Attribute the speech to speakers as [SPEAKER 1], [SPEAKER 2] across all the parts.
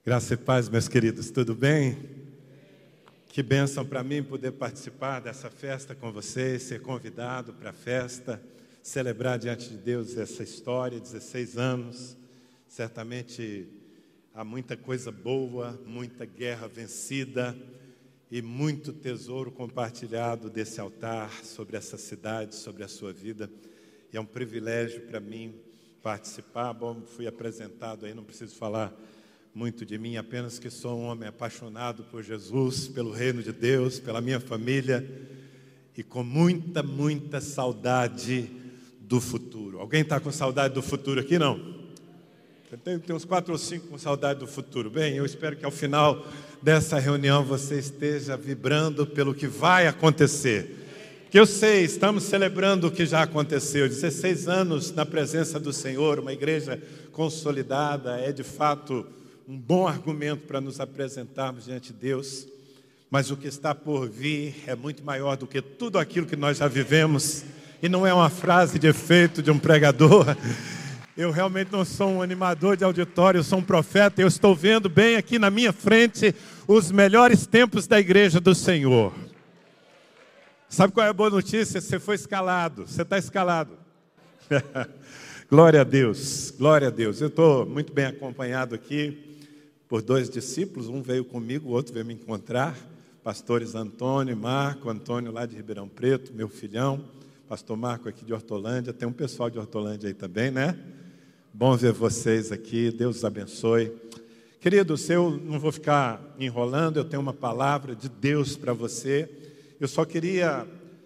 [SPEAKER 1] Graça e paz, meus queridos, tudo bem? Que bênção para mim poder participar dessa festa com vocês, ser convidado para a festa, celebrar diante de Deus essa história, 16 anos. Certamente há muita coisa boa, muita guerra vencida e muito tesouro compartilhado desse altar sobre essa cidade, sobre a sua vida. E é um privilégio para mim participar. Bom, fui apresentado aí, não preciso falar muito de mim, apenas que sou um homem apaixonado por Jesus, pelo reino de Deus, pela minha família e com muita saudade do futuro. Alguém está com saudade do futuro aqui, não? Tem uns 4 ou 5 com saudade do futuro. Bem, eu espero que ao final dessa reunião você esteja vibrando pelo que vai acontecer. Porque eu sei, estamos celebrando o que já aconteceu. 16 anos na presença do Senhor, uma igreja consolidada, é de fato um bom argumento para nos apresentarmos diante de Deus, mas o que está por vir é muito maior do que tudo aquilo que nós já vivemos, e não é uma frase de efeito de um pregador. Eu realmente não sou um animador de auditório, eu sou um profeta, eu estou vendo bem aqui na minha frente os melhores tempos da igreja do Senhor. Sabe qual é a boa notícia? Você foi escalado, você está escalado. Glória a Deus, glória a Deus. Eu estou muito bem acompanhado aqui por 2 discípulos, um veio comigo, o outro veio me encontrar, pastores Antônio e Marco, Antônio lá de Ribeirão Preto, meu filhão, pastor Marco aqui de Hortolândia, tem um pessoal de Hortolândia aí também, né? Bom ver vocês aqui, Deus os abençoe. Queridos, eu não vou ficar enrolando, eu tenho uma palavra de Deus para você, eu só queria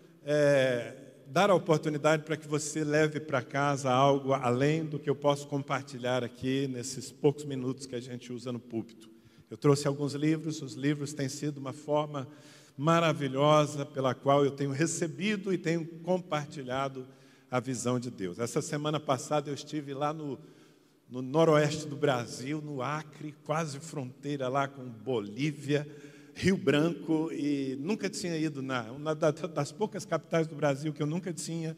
[SPEAKER 1] dar a oportunidade para que você leve para casa algo além do que eu posso compartilhar aqui nesses poucos minutos que a gente usa no púlpito. Eu trouxe alguns livros, os livros têm sido uma forma maravilhosa pela qual eu tenho recebido e tenho compartilhado a visão de Deus. Essa semana passada eu estive lá no noroeste do Brasil, no Acre, quase fronteira lá com Bolívia, Rio Branco, e nunca tinha ido uma das poucas capitais do Brasil que eu nunca tinha,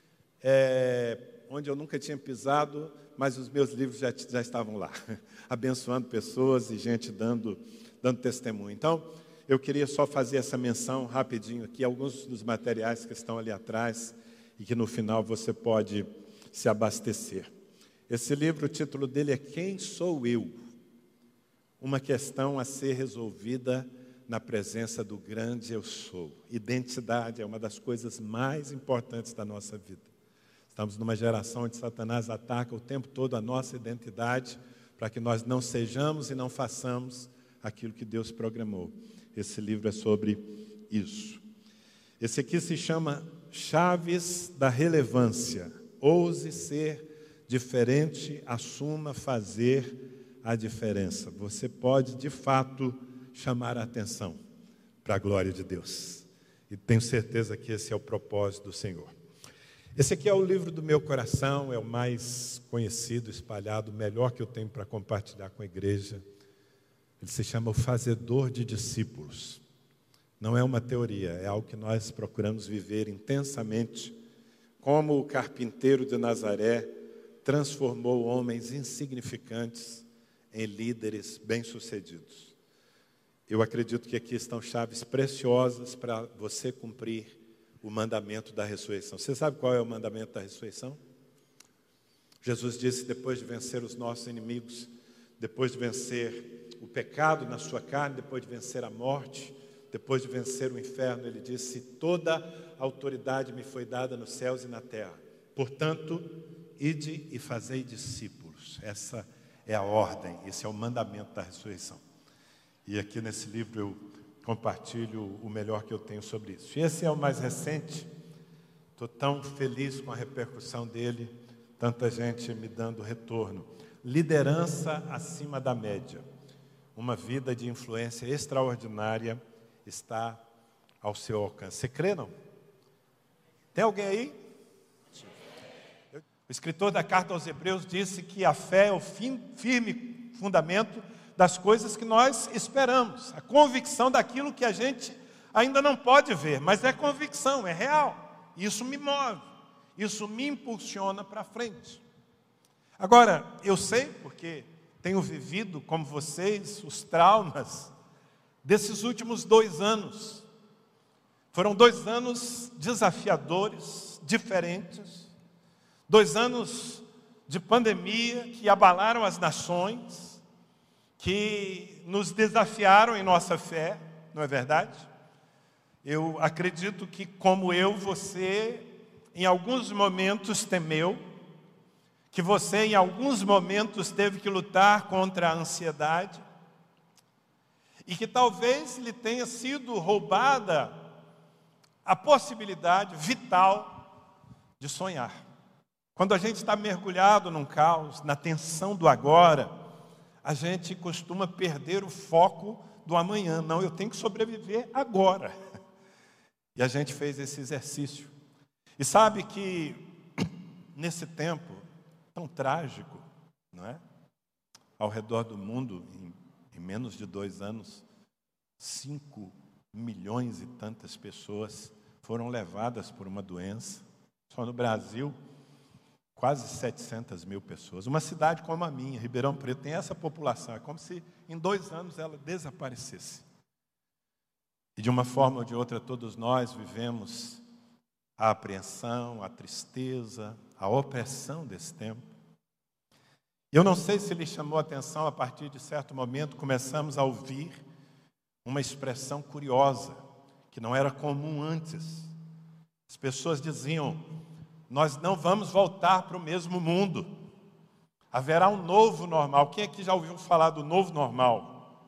[SPEAKER 1] onde eu nunca tinha pisado, mas os meus livros já estavam lá, abençoando pessoas e gente dando testemunho. Então, eu queria só fazer essa menção rapidinho aqui, alguns dos materiais que estão ali atrás e que no final você pode se abastecer. Esse livro, o título dele é Quem Sou Eu? Uma questão a ser resolvida na presença do grande eu sou. Identidade é uma das coisas mais importantes da nossa vida. Estamos numa geração onde Satanás ataca o tempo todo a nossa identidade para que nós não sejamos e não façamos aquilo que Deus programou. Esse livro é sobre isso. Esse aqui se chama Chaves da Relevância. Ouse ser diferente, assuma fazer a diferença. Você pode, de fato, chamar a atenção para a glória de Deus. E tenho certeza que esse é o propósito do Senhor. Esse aqui é o livro do meu coração, é o mais conhecido, espalhado, o melhor que eu tenho para compartilhar com a igreja. Ele se chama O Fazedor de Discípulos. Não é uma teoria, é algo que nós procuramos viver intensamente, como o carpinteiro de Nazaré transformou homens insignificantes em líderes bem-sucedidos. Eu acredito que aqui estão chaves preciosas para você cumprir o mandamento da ressurreição. Você sabe qual é o mandamento da ressurreição? Jesus disse, depois de vencer os nossos inimigos, depois de vencer o pecado na sua carne, depois de vencer a morte, depois de vencer o inferno, ele disse, toda autoridade me foi dada nos céus e na terra. Portanto, ide e fazei discípulos. Essa é a ordem, esse é o mandamento da ressurreição. E aqui nesse livro eu compartilho o melhor que eu tenho sobre isso. E esse é o mais recente. Estou tão feliz com a repercussão dele, tanta gente me dando retorno. Liderança acima da média. Uma vida de influência extraordinária está ao seu alcance. Você crê, não? Tem alguém aí? O escritor da carta aos Hebreus disse que a fé é o firme fundamento das coisas que nós esperamos, a convicção daquilo que a gente ainda não pode ver, mas é convicção, é real. Isso me move, isso me impulsiona para frente. Agora, eu sei, porque tenho vivido, como vocês, os traumas desses últimos 2 anos. Foram 2 anos desafiadores, diferentes, 2 anos de pandemia que abalaram as nações, que nos desafiaram em nossa fé, não é verdade? Eu acredito que, como eu, você, em alguns momentos temeu, que você, em alguns momentos, teve que lutar contra a ansiedade, e que talvez lhe tenha sido roubada a possibilidade vital de sonhar. Quando a gente está mergulhado num caos, na tensão do agora, a gente costuma perder o foco do amanhã. Não, eu tenho que sobreviver agora. E a gente fez esse exercício. E sabe que nesse tempo tão trágico, não é? Ao redor do mundo, em menos de 2 anos, 5 milhões e tantas pessoas foram levadas por uma doença. Só no Brasil, quase 700 mil pessoas. Uma cidade como a minha, Ribeirão Preto, tem essa população. É como se em 2 anos ela desaparecesse. E de uma forma ou de outra, todos nós vivemos a apreensão, a tristeza, a opressão desse tempo. Eu não sei se lhe chamou a atenção, a partir de certo momento, começamos a ouvir uma expressão curiosa, que não era comum antes. As pessoas diziam: nós não vamos voltar para o mesmo mundo. Haverá um novo normal. Quem aqui já ouviu falar do novo normal?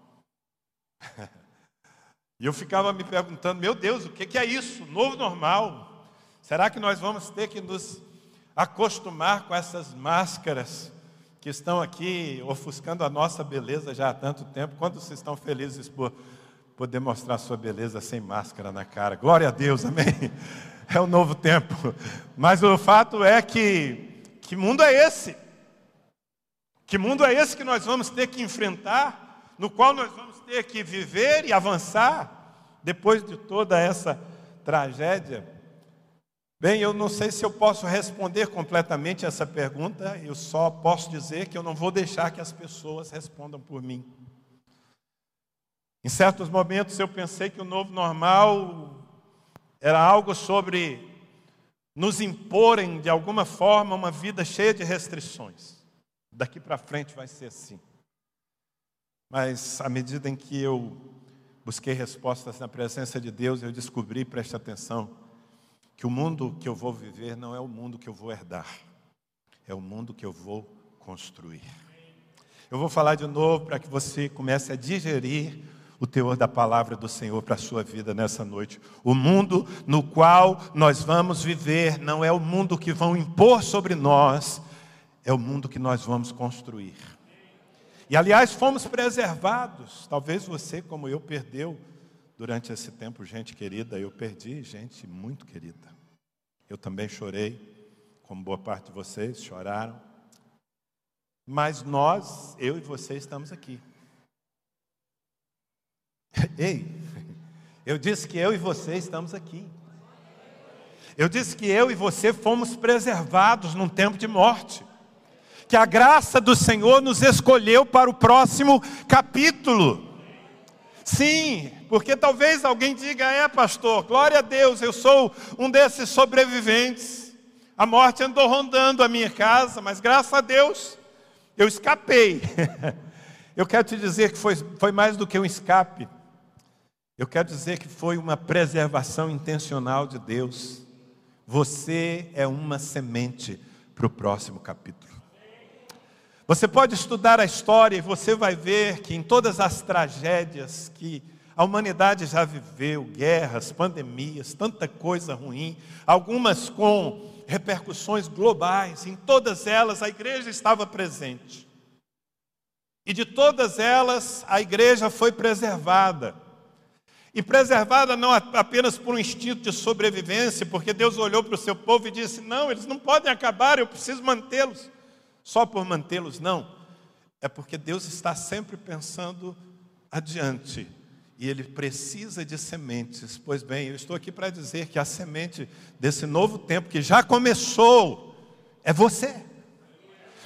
[SPEAKER 1] E eu ficava me perguntando: meu Deus, o que é isso? Novo normal? Será que nós vamos ter que nos acostumar com essas máscaras que estão aqui ofuscando a nossa beleza já há tanto tempo? Quantos vocês estão felizes por poder mostrar a sua beleza sem máscara na cara? Glória a Deus, amém? É um novo tempo. Mas o fato é que mundo é esse? Que mundo é esse que nós vamos ter que enfrentar, no qual nós vamos ter que viver e avançar depois de toda essa tragédia? Bem, eu não sei se eu posso responder completamente essa pergunta. Eu só posso dizer que eu não vou deixar que as pessoas respondam por mim. Em certos momentos eu pensei que o novo normal era algo sobre nos imporem de alguma forma uma vida cheia de restrições. Daqui para frente vai ser assim. Mas à medida em que eu busquei respostas na presença de Deus, eu descobri, preste atenção, que o mundo que eu vou viver não é o mundo que eu vou herdar. É o mundo que eu vou construir. Eu vou falar de novo para que você comece a digerir o teor da palavra do Senhor para a sua vida nessa noite. O mundo no qual nós vamos viver não é o mundo que vão impor sobre nós, é o mundo que nós vamos construir. E aliás, fomos preservados. Talvez você, como eu, perdeu durante esse tempo gente querida. Eu perdi gente muito querida. Eu também chorei, como boa parte de vocês choraram. Mas nós, eu e você, estamos aqui. Ei, eu disse que eu e você estamos aqui. Eu disse que eu e você fomos preservados num tempo de morte. Que a graça do Senhor nos escolheu para o próximo capítulo. Sim, porque talvez alguém diga: pastor, glória a Deus, eu sou um desses sobreviventes. A morte andou rondando a minha casa, mas graças a Deus eu escapei. Eu quero te dizer que foi mais do que um escape. Eu quero dizer que foi uma preservação intencional de Deus. Você é uma semente para o próximo capítulo. Você pode estudar a história e você vai ver que em todas as tragédias que a humanidade já viveu, guerras, pandemias, tanta coisa ruim, algumas com repercussões globais, em todas elas a igreja estava presente. E de todas elas a igreja foi preservada. E preservada não apenas por um instinto de sobrevivência, porque Deus olhou para o seu povo e disse: não, eles não podem acabar, eu preciso mantê-los. Só por mantê-los, não. É porque Deus está sempre pensando adiante. E Ele precisa de sementes. Pois bem, eu estou aqui para dizer que a semente desse novo tempo que já começou é você.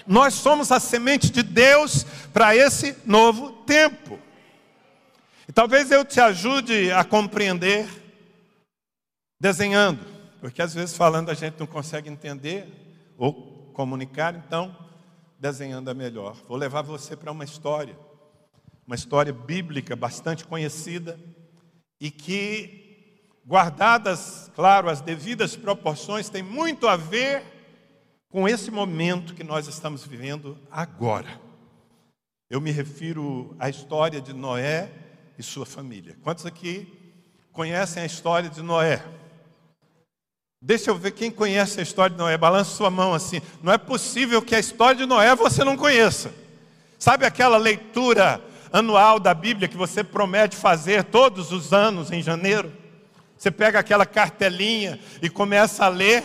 [SPEAKER 1] Nós somos a semente de Deus para esse novo tempo. E talvez eu te ajude a compreender desenhando, porque às vezes falando a gente não consegue entender ou comunicar, então desenhando é melhor. Vou levar você para uma história bíblica bastante conhecida e que, guardadas, claro, as devidas proporções, tem muito a ver com esse momento que nós estamos vivendo agora. Eu me refiro à história de Noé e sua família. Quantos aqui conhecem a história de Noé? Deixa eu ver quem conhece a história de Noé. Balança sua mão assim. Não é possível que a história de Noé você não conheça. Sabe aquela leitura anual da Bíblia que você promete fazer todos os anos em janeiro? Você pega aquela cartelinha e começa a ler.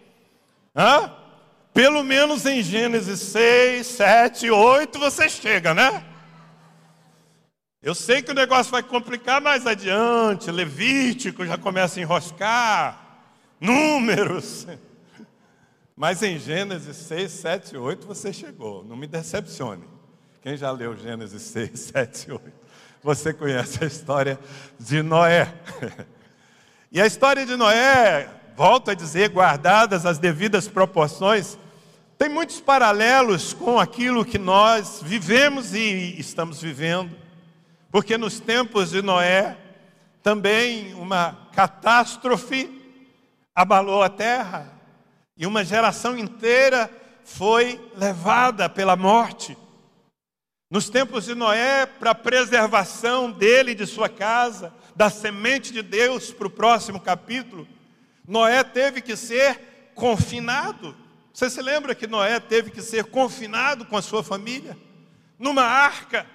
[SPEAKER 1] Pelo menos em Gênesis 6, 7, 8 você chega, né? Eu sei que o negócio vai complicar mais adiante. Levítico já começa a enroscar. Números. Mas em Gênesis 6, 7, 8 você chegou. Não me decepcione. Quem já leu Gênesis 6, 7, 8? Você conhece a história de Noé. E a história de Noé, volto a dizer, guardadas as devidas proporções, tem muitos paralelos com aquilo que nós vivemos e estamos vivendo. Porque nos tempos de Noé, também uma catástrofe abalou a terra. E uma geração inteira foi levada pela morte. Nos tempos de Noé, para a preservação dele e de sua casa, da semente de Deus para o próximo capítulo, Noé teve que ser confinado. Você se lembra que Noé teve que ser confinado com a sua família? Numa arca.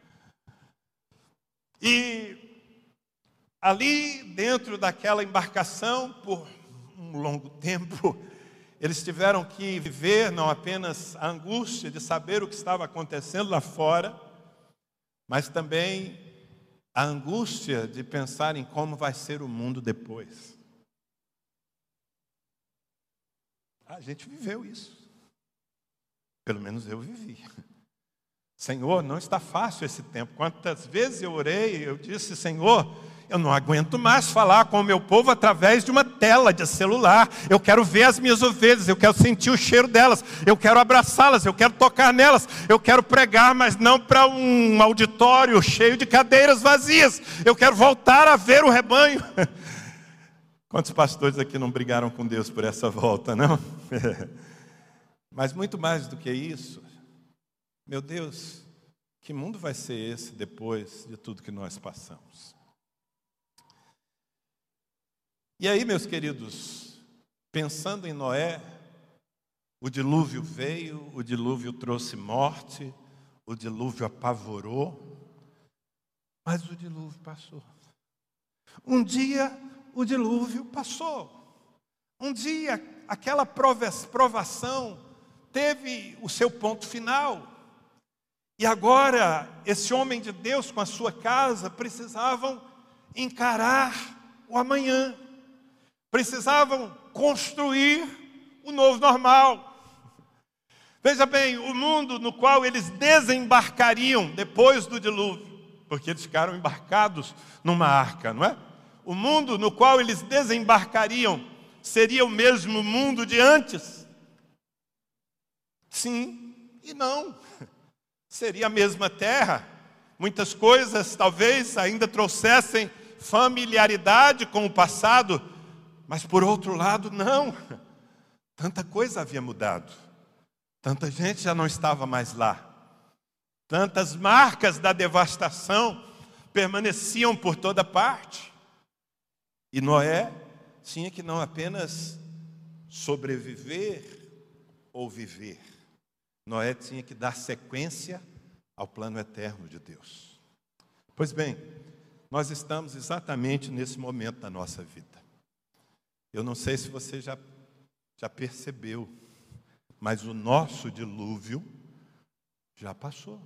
[SPEAKER 1] E ali dentro daquela embarcação, por um longo tempo, eles tiveram que viver não apenas a angústia de saber o que estava acontecendo lá fora, mas também a angústia de pensar em como vai ser o mundo depois. A gente viveu isso. Pelo menos eu vivi. Senhor, não está fácil esse tempo. Quantas vezes eu orei, eu disse, Senhor, eu não aguento mais falar com o meu povo através de uma tela de celular. Eu quero ver as minhas ovelhas, eu quero sentir o cheiro delas, eu quero abraçá-las, eu quero tocar nelas, eu quero pregar, mas não para um auditório cheio de cadeiras vazias. Eu quero voltar a ver o rebanho. Quantos pastores aqui não brigaram com Deus por essa volta, não? Mas muito mais do que isso, meu Deus, que mundo vai ser esse depois de tudo que nós passamos? E aí, meus queridos, pensando em Noé, o dilúvio veio, o dilúvio trouxe morte, o dilúvio apavorou, mas o dilúvio passou. Um dia o dilúvio passou. Um dia aquela provação teve o seu ponto final. E agora, esse homem de Deus com a sua casa precisavam encarar o amanhã. Precisavam construir o novo normal. Veja bem, o mundo no qual eles desembarcariam depois do dilúvio, porque eles ficaram embarcados numa arca, não é? O mundo no qual eles desembarcariam seria o mesmo mundo de antes? Sim e não. Seria a mesma terra. Muitas coisas talvez ainda trouxessem familiaridade com o passado, mas por outro lado não. Tanta coisa havia mudado. Tanta gente já não estava mais lá. Tantas marcas da devastação permaneciam por toda parte. E Noé tinha que não apenas sobreviver ou viver. Noé tinha que dar sequência ao plano eterno de Deus. Pois bem, nós estamos exatamente nesse momento da nossa vida. Eu não sei se você já percebeu, mas o nosso dilúvio já passou.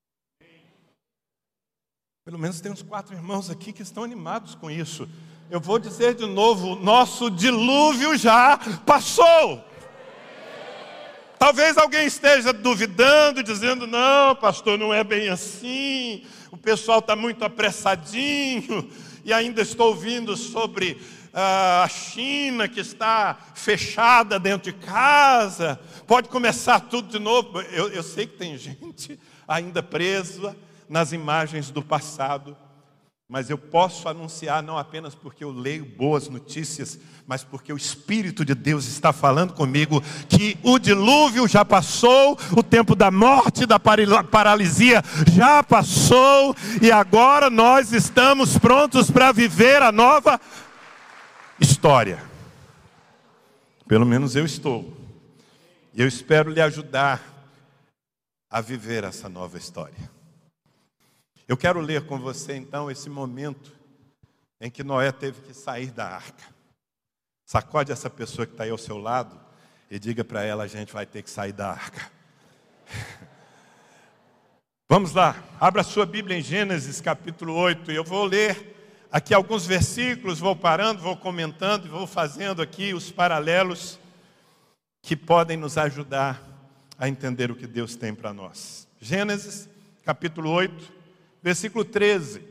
[SPEAKER 1] Pelo menos tem uns 4 irmãos aqui que estão animados com isso. Eu vou dizer de novo, o nosso dilúvio já passou. Talvez alguém esteja duvidando, dizendo: não, pastor, não é bem assim, o pessoal está muito apressadinho, e ainda estou ouvindo sobre a China que está fechada dentro de casa, pode começar tudo de novo. Eu sei que tem gente ainda presa nas imagens do passado, mas eu posso anunciar, não apenas porque eu leio boas notícias, mas porque o Espírito de Deus está falando comigo, que o dilúvio já passou, o tempo da morte, da paralisia já passou, e agora nós estamos prontos para viver a nova história. Pelo menos eu estou. E eu espero lhe ajudar a viver essa nova história. Eu quero ler com você então esse momento em que Noé teve que sair da arca. Sacode essa pessoa que está aí ao seu lado e diga para ela: a gente vai ter que sair da arca. Vamos lá, abra sua Bíblia em Gênesis capítulo 8, e eu vou ler aqui alguns versículos, vou parando, vou comentando e vou fazendo aqui os paralelos que podem nos ajudar a entender o que Deus tem para nós. Gênesis capítulo 8, versículo 13.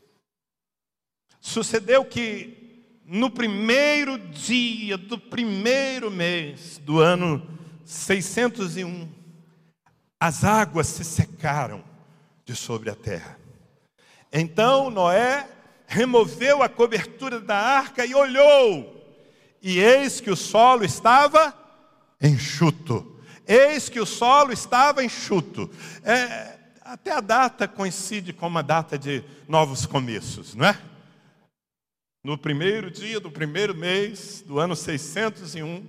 [SPEAKER 1] Sucedeu que no primeiro dia do primeiro mês do ano 601, as águas se secaram de sobre a terra. Então Noé removeu a cobertura da arca e olhou, e eis que o solo estava enxuto. Eis que o solo estava enxuto. Até a data coincide com uma data de novos começos, não é? No primeiro dia do primeiro mês do ano 601,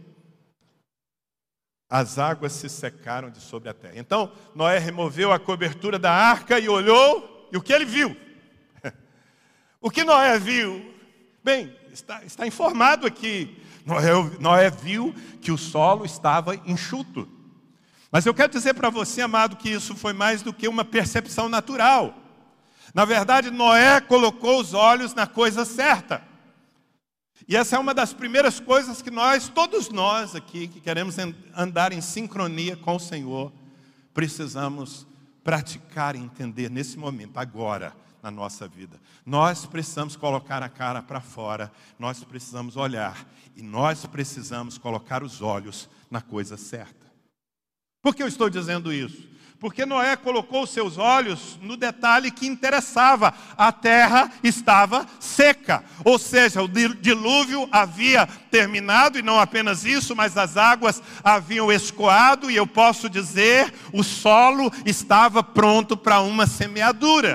[SPEAKER 1] as águas se secaram de sobre a terra. Então Noé removeu a cobertura da arca e olhou, e o que ele viu? O que Noé viu? Bem, está informado aqui. Noé viu que o solo estava enxuto. Mas eu quero dizer para você, amado, que isso foi mais do que uma percepção natural. Na verdade, Noé colocou os olhos na coisa certa. E essa é uma das primeiras coisas que todos nós aqui, que queremos andar em sincronia com o Senhor, precisamos praticar e entender nesse momento, agora, na nossa vida. Nós precisamos colocar a cara para fora, nós precisamos olhar, e nós precisamos colocar os olhos na coisa certa. Por que eu estou dizendo isso? Porque Noé colocou os seus olhos no detalhe que interessava: a terra estava seca, ou seja, o dilúvio havia terminado, e não apenas isso, mas as águas haviam escoado, e eu posso dizer, o solo estava pronto para uma semeadura.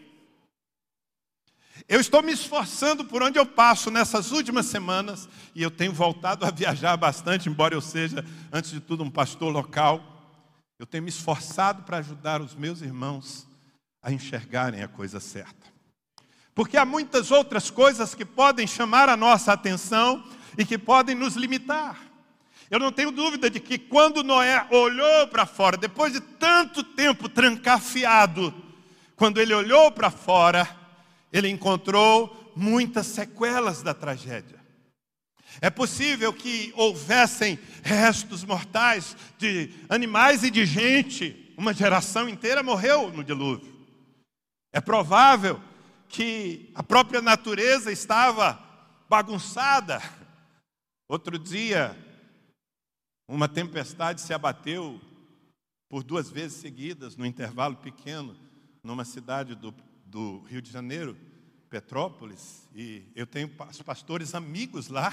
[SPEAKER 1] Eu estou me esforçando por onde eu passo nessas últimas semanas, e eu tenho voltado a viajar bastante, embora eu seja, antes de tudo, um pastor local. Eu tenho me esforçado para ajudar os meus irmãos a enxergarem a coisa certa. Porque há muitas outras coisas que podem chamar a nossa atenção e que podem nos limitar. Eu não tenho dúvida de que quando Noé olhou para fora, depois de tanto tempo trancafiado, quando ele olhou para fora, ele encontrou muitas sequelas da tragédia. É possível que houvessem restos mortais de animais e de gente. Uma geração inteira morreu no dilúvio. É provável que a própria natureza estava bagunçada. Outro dia, uma tempestade se abateu por 2 vezes seguidas, num intervalo pequeno, numa cidade do Rio de Janeiro, Petrópolis. E eu tenho pastores amigos lá.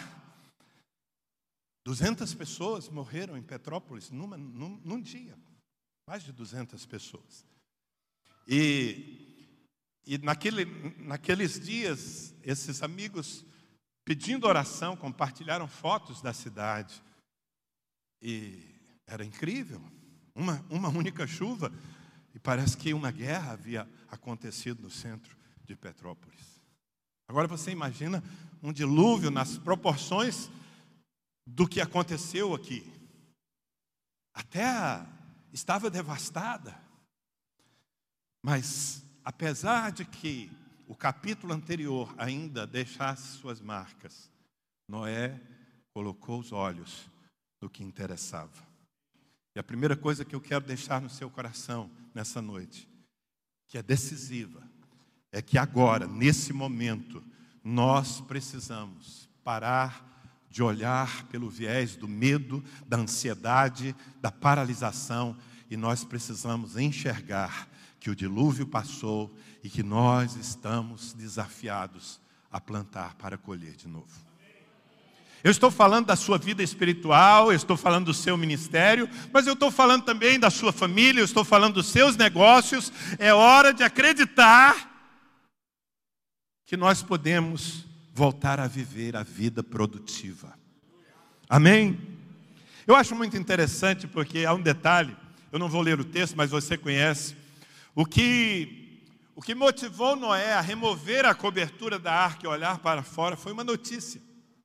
[SPEAKER 1] 200 pessoas morreram em Petrópolis num dia. Mais de 200 pessoas. E naqueles dias, esses amigos, pedindo oração, compartilharam fotos da cidade. E era incrível. Uma única chuva. E parece que uma guerra havia acontecido no centro de Petrópolis. Agora você imagina um dilúvio nas proporções do que aconteceu aqui. A terra estava devastada. Mas, apesar de que o capítulo anterior ainda deixasse suas marcas, Noé colocou os olhos no que interessava. E a primeira coisa que eu quero deixar no seu coração nessa noite, que é decisiva, é que agora, nesse momento, nós precisamos parar de olhar pelo viés do medo, da ansiedade, da paralisação, e nós precisamos enxergar que o dilúvio passou e que nós estamos desafiados a plantar para colher de novo. Eu estou falando da sua vida espiritual, eu estou falando do seu ministério, mas eu estou falando também da sua família, eu estou falando dos seus negócios. É hora de acreditar que nós podemos voltar a viver a vida produtiva. Amém? Eu acho muito interessante porque há um detalhe, eu não vou ler o texto, mas você conhece. O que motivou Noé a remover a cobertura da arca e olhar para fora foi uma notícia.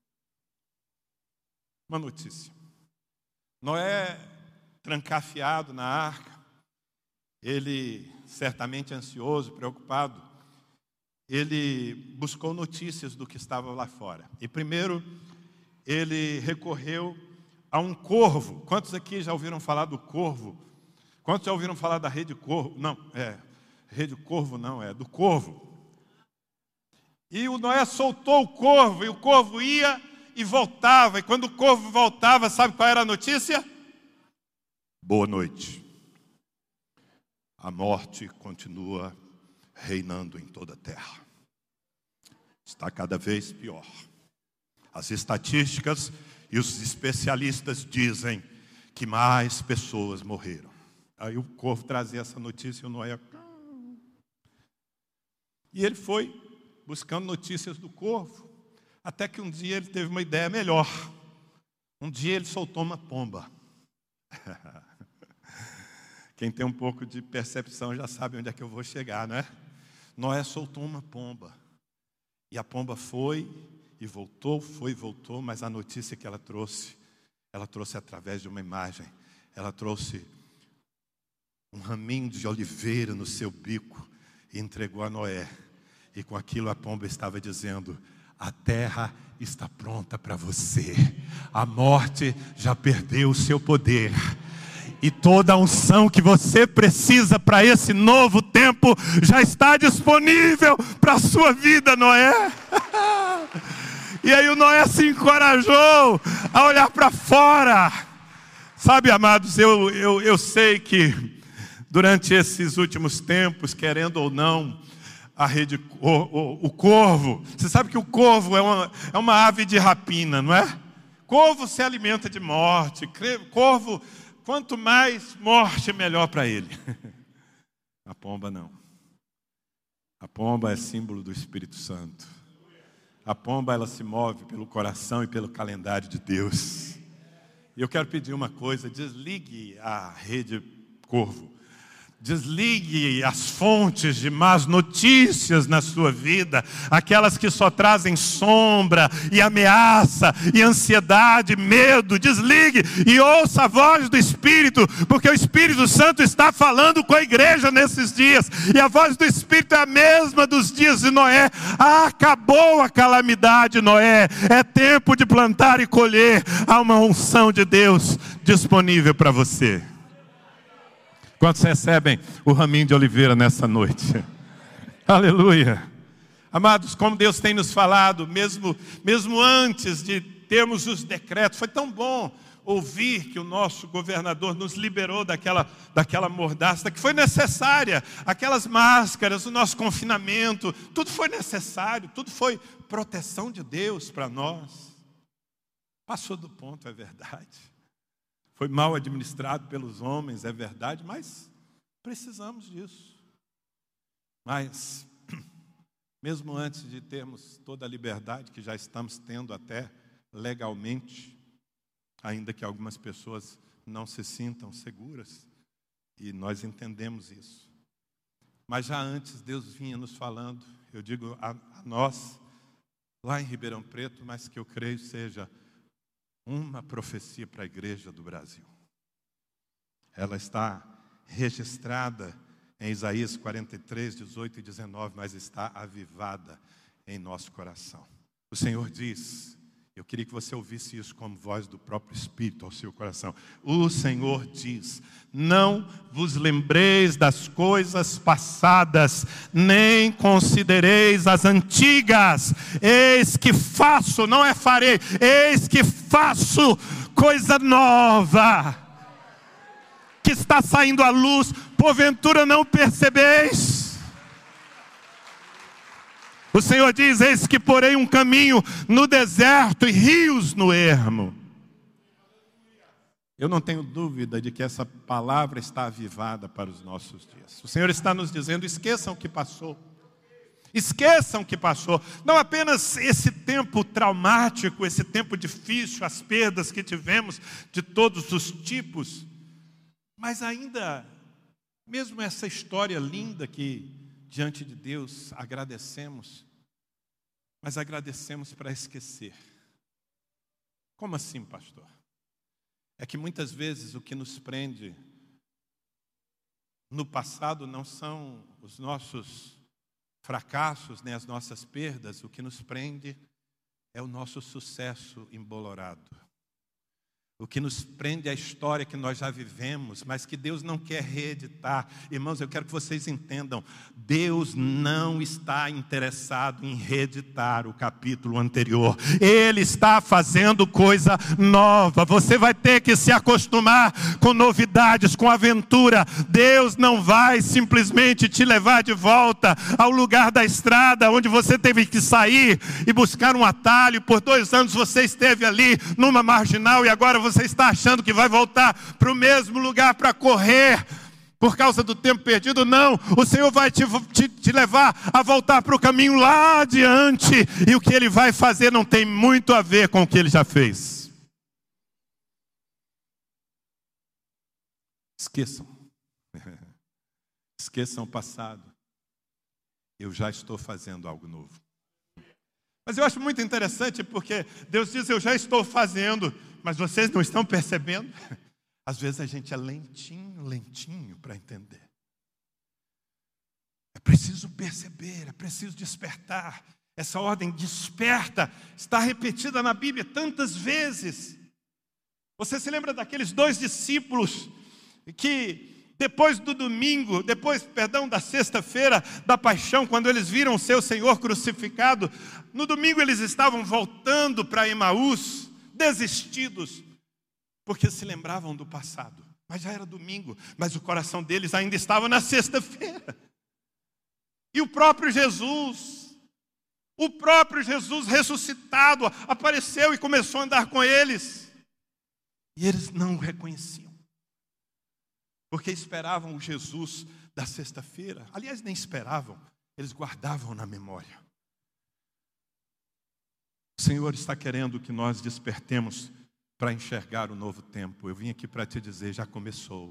[SPEAKER 1] Uma notícia. Noé, trancafiado na arca, ele certamente ansioso, preocupado, ele buscou notícias do que estava lá fora. E primeiro, ele recorreu a um corvo. Quantos aqui já ouviram falar do corvo? Quantos já ouviram falar da rede corvo? Não, rede corvo não, é do corvo. E o Noé soltou o corvo, e o corvo ia e voltava. E quando o corvo voltava, sabe qual era a notícia? Boa noite. A morte continua reinando em toda a terra. Está cada vez pior. As estatísticas e os especialistas dizem que mais pessoas morreram. Aí o corvo trazia essa notícia e o Noé... E ele foi buscando notícias do corvo, até que um dia ele teve uma ideia melhor. Um dia ele soltou uma pomba. Quem tem um pouco de percepção já sabe onde é que eu vou chegar, não é? Noé soltou uma pomba. E a pomba foi e voltou, mas a notícia que ela trouxe através de uma imagem. Ela trouxe um raminho de oliveira no seu bico e entregou a Noé. E com aquilo a pomba estava dizendo: a terra está pronta para você. A morte já perdeu o seu poder. E toda a unção que você precisa para esse novo tempo já está disponível para a sua vida, Noé. E aí o Noé se encorajou a olhar para fora. Sabe, amados, eu sei que durante esses últimos tempos, querendo ou não, o corvo, você sabe que o corvo é uma ave de rapina, não é? Corvo se alimenta de morte. Corvo, quanto mais morte, melhor para ele. A pomba não. A pomba é símbolo do Espírito Santo. A pomba, ela se move pelo coração e pelo calendário de Deus. E eu quero pedir uma coisa: desligue a rede corvo. Desligue as fontes de más notícias na sua vida, aquelas que só trazem sombra e ameaça e ansiedade, medo. Desligue e ouça a voz do Espírito, porque o Espírito Santo está falando com a igreja nesses dias, e a voz do Espírito é a mesma dos dias de Noé. Acabou a calamidade, Noé, é tempo de plantar e colher. Há uma unção de Deus disponível para você. Quantos recebem o raminho de oliveira nessa noite? Aleluia. Amados, como Deus tem nos falado, mesmo antes de termos os decretos, foi tão bom ouvir que o nosso governador nos liberou daquela mordaça que foi necessária. Aquelas máscaras, o nosso confinamento, tudo foi necessário, tudo foi proteção de Deus para nós. Passou do ponto, é verdade. Foi mal administrado pelos homens, é verdade, mas precisamos disso. Mas, mesmo antes de termos toda a liberdade que já estamos tendo até legalmente, ainda que algumas pessoas não se sintam seguras, e nós entendemos isso. Mas já antes Deus vinha nos falando, eu digo a nós, lá em Ribeirão Preto, mas que eu creio seja uma profecia para a igreja do Brasil. Ela está registrada em Isaías 43, 18 e 19, mas está avivada em nosso coração. O Senhor diz: Eu queria que você ouvisse isso como voz do próprio Espírito ao seu coração. O Senhor diz: não vos lembreis das coisas passadas, nem considereis as antigas. Eis que faço, não é farei, eis que faço coisa nova, que está saindo à luz, porventura não percebeis? O Senhor diz: eis que porei um caminho no deserto e rios no ermo. Eu não tenho dúvida de que essa palavra está avivada para os nossos dias. O Senhor está nos dizendo: esqueçam o que passou. Esqueçam o que passou. Não apenas esse tempo traumático, esse tempo difícil, as perdas que tivemos de todos os tipos, mas ainda, mesmo essa história linda que diante de Deus agradecemos, mas agradecemos para esquecer. Como assim, pastor? É que muitas vezes o que nos prende no passado não são os nossos fracassos, nem as nossas perdas. O que nos prende é o nosso sucesso embolorado. O que nos prende é a história que nós já vivemos, mas que Deus não quer reeditar. Irmãos, eu quero que vocês entendam: Deus não está interessado em reeditar o capítulo anterior. Ele está fazendo coisa nova. Você vai ter que se acostumar com novidades, com aventura. Deus não vai simplesmente te levar de volta ao lugar da estrada, onde você teve que sair e buscar um atalho. Por 2 anos você esteve ali numa marginal e agora você está achando que vai voltar para o mesmo lugar para correr por causa do tempo perdido. Não, o Senhor vai te levar a voltar para o caminho lá adiante, e o que Ele vai fazer não tem muito a ver com o que Ele já fez. Esqueçam. Esqueçam o passado. Eu já estou fazendo algo novo. Mas eu acho muito interessante porque Deus diz: eu já estou fazendo, mas vocês não estão percebendo. Às vezes a gente é lentinho para entender. É preciso perceber, é preciso despertar. Essa ordem desperta está repetida na Bíblia tantas vezes. Você se lembra daqueles 2 discípulos que depois do domingo, da sexta-feira da paixão, quando eles viram o seu Senhor crucificado, no domingo eles estavam voltando para Emaús, desistidos, porque se lembravam do passado. Mas já era domingo, mas o coração deles ainda estava na sexta-feira. E o próprio Jesus ressuscitado, apareceu e começou a andar com eles. E eles não o reconheciam, porque esperavam o Jesus da sexta-feira. Aliás, nem esperavam, eles guardavam na memória. O Senhor está querendo que nós despertemos para enxergar o novo tempo. Eu vim aqui para te dizer: já começou.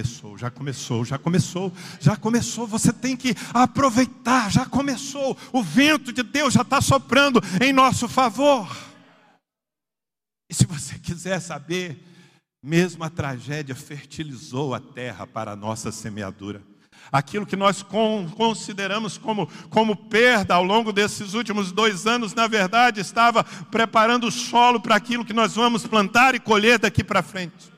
[SPEAKER 1] Você tem que aproveitar, já começou. O vento de Deus já está soprando em nosso favor. E se você quiser saber, mesmo a tragédia fertilizou a terra para a nossa semeadura. Aquilo que nós consideramos como perda ao longo desses últimos 2 anos, na verdade, estava preparando o solo para aquilo que nós vamos plantar e colher daqui para frente.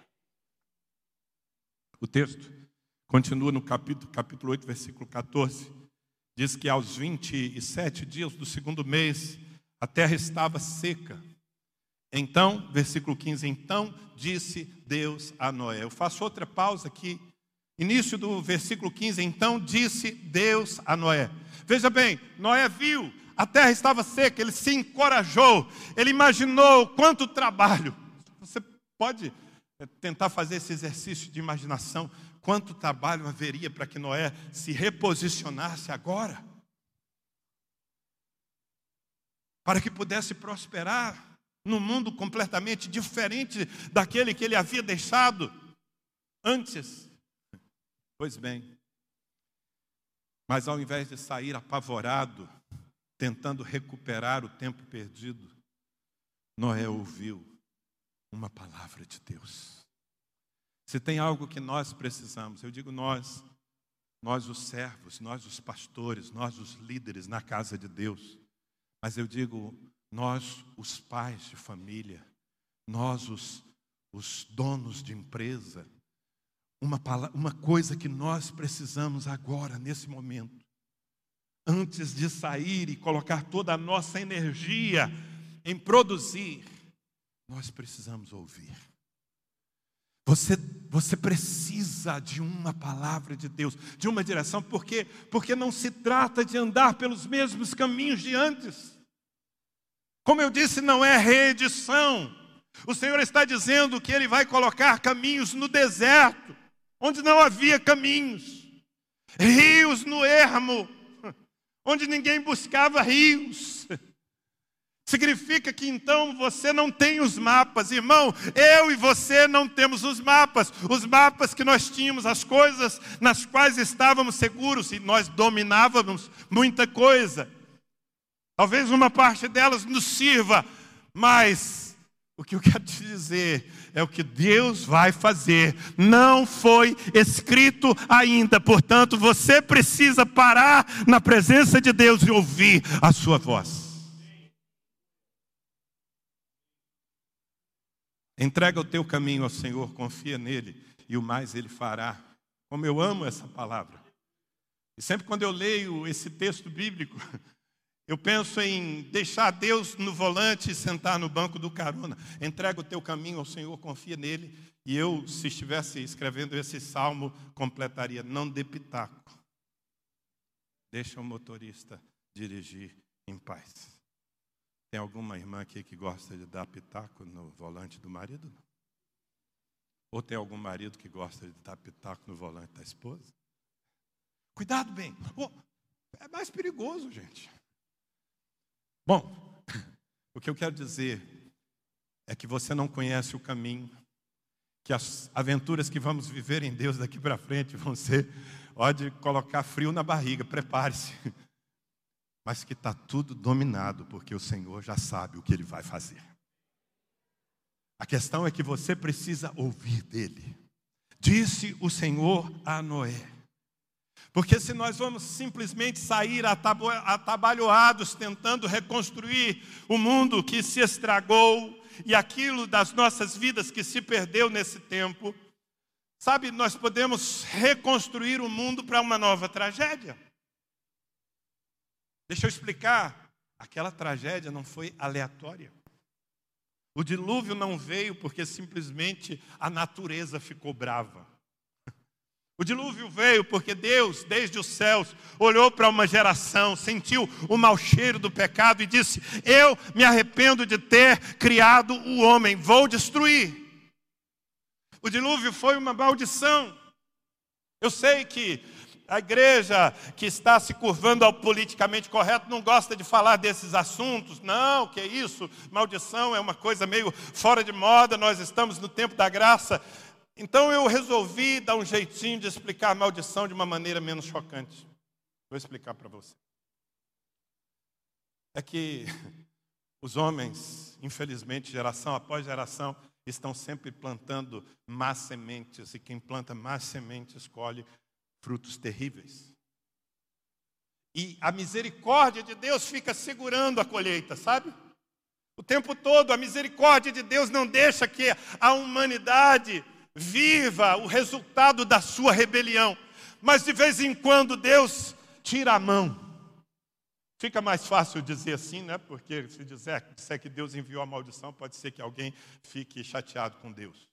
[SPEAKER 1] O texto continua no capítulo 8, versículo 14. Diz que aos 27 dias do 2º mês, a terra estava seca. Então, versículo 15, então disse Deus a Noé. Eu faço outra pausa aqui. Início do versículo 15, então disse Deus a Noé. Veja bem, Noé viu, a terra estava seca, ele se encorajou, ele imaginou quanto trabalho. Você pode tentar fazer esse exercício de imaginação, quanto trabalho haveria para que Noé se reposicionasse agora, para que pudesse prosperar num mundo completamente diferente daquele que ele havia deixado antes. Pois bem, mas ao invés de sair apavorado, tentando recuperar o tempo perdido, Noé ouviu uma palavra de Deus. Se tem algo que nós precisamos, eu digo nós os servos, nós os pastores, nós os líderes na casa de Deus, mas eu digo nós, os pais de família, nós, os donos de empresa, uma coisa que nós precisamos agora, nesse momento, antes de sair e colocar toda a nossa energia em produzir, nós precisamos ouvir. Você precisa de uma palavra de Deus, de uma direção, porque não se trata de andar pelos mesmos caminhos de antes. Como eu disse, não é reedição. O Senhor está dizendo que Ele vai colocar caminhos no deserto, onde não havia caminhos, rios no ermo, onde ninguém buscava rios. Significa que então você não tem os mapas, irmão. Eu e você não temos os mapas que nós tínhamos, as coisas nas quais estávamos seguros e nós dominávamos muita coisa. Talvez uma parte delas nos sirva, mas o que eu quero te dizer é o que Deus vai fazer. Não foi escrito ainda, portanto, você precisa parar na presença de Deus e ouvir a sua voz. Entrega o teu caminho ao Senhor, confia nele e o mais Ele fará. Como eu amo essa palavra. E sempre quando eu leio esse texto bíblico, eu penso em deixar Deus no volante e sentar no banco do carona. Entrega o teu caminho ao Senhor, confia nele. E eu, se estivesse escrevendo esse salmo, completaria: não dê pitaco. Deixa o motorista dirigir em paz. Tem alguma irmã aqui que gosta de dar pitaco no volante do marido? Ou tem algum marido que gosta de dar pitaco no volante da esposa? Cuidado bem. É mais perigoso, gente. Bom, o que eu quero dizer é que você não conhece o caminho, que as aventuras que vamos viver em Deus daqui para frente vão ser, pode colocar frio na barriga, prepare-se. Mas que está tudo dominado, porque o Senhor já sabe o que Ele vai fazer. A questão é que você precisa ouvir dEle. Disse o Senhor a Noé. Porque se nós vamos simplesmente sair atabalhoados, tentando reconstruir o mundo que se estragou, e aquilo das nossas vidas que se perdeu nesse tempo, sabe, nós podemos reconstruir o mundo para uma nova tragédia. Deixa eu explicar, aquela tragédia não foi aleatória. O dilúvio não veio porque simplesmente a natureza ficou brava. O dilúvio veio porque Deus, desde os céus, olhou para uma geração, sentiu o mau cheiro do pecado e disse: eu me arrependo de ter criado o homem, vou destruir. O dilúvio foi uma maldição. Eu sei que a igreja que está se curvando ao politicamente correto não gosta de falar desses assuntos. Não, que isso? Maldição é uma coisa meio fora de moda, nós estamos no tempo da graça. Então eu resolvi dar um jeitinho de explicar a maldição de uma maneira menos chocante. Vou explicar para você. É que os homens, infelizmente, geração após geração, estão sempre plantando más sementes. E quem planta más sementes colhe frutos terríveis. E a misericórdia de Deus fica segurando a colheita, sabe? O tempo todo a misericórdia de Deus não deixa que a humanidade viva o resultado da sua rebelião. Mas de vez em quando Deus tira a mão. Fica mais fácil dizer assim, né? Porque se disser que Deus enviou a maldição, pode ser que alguém fique chateado com Deus.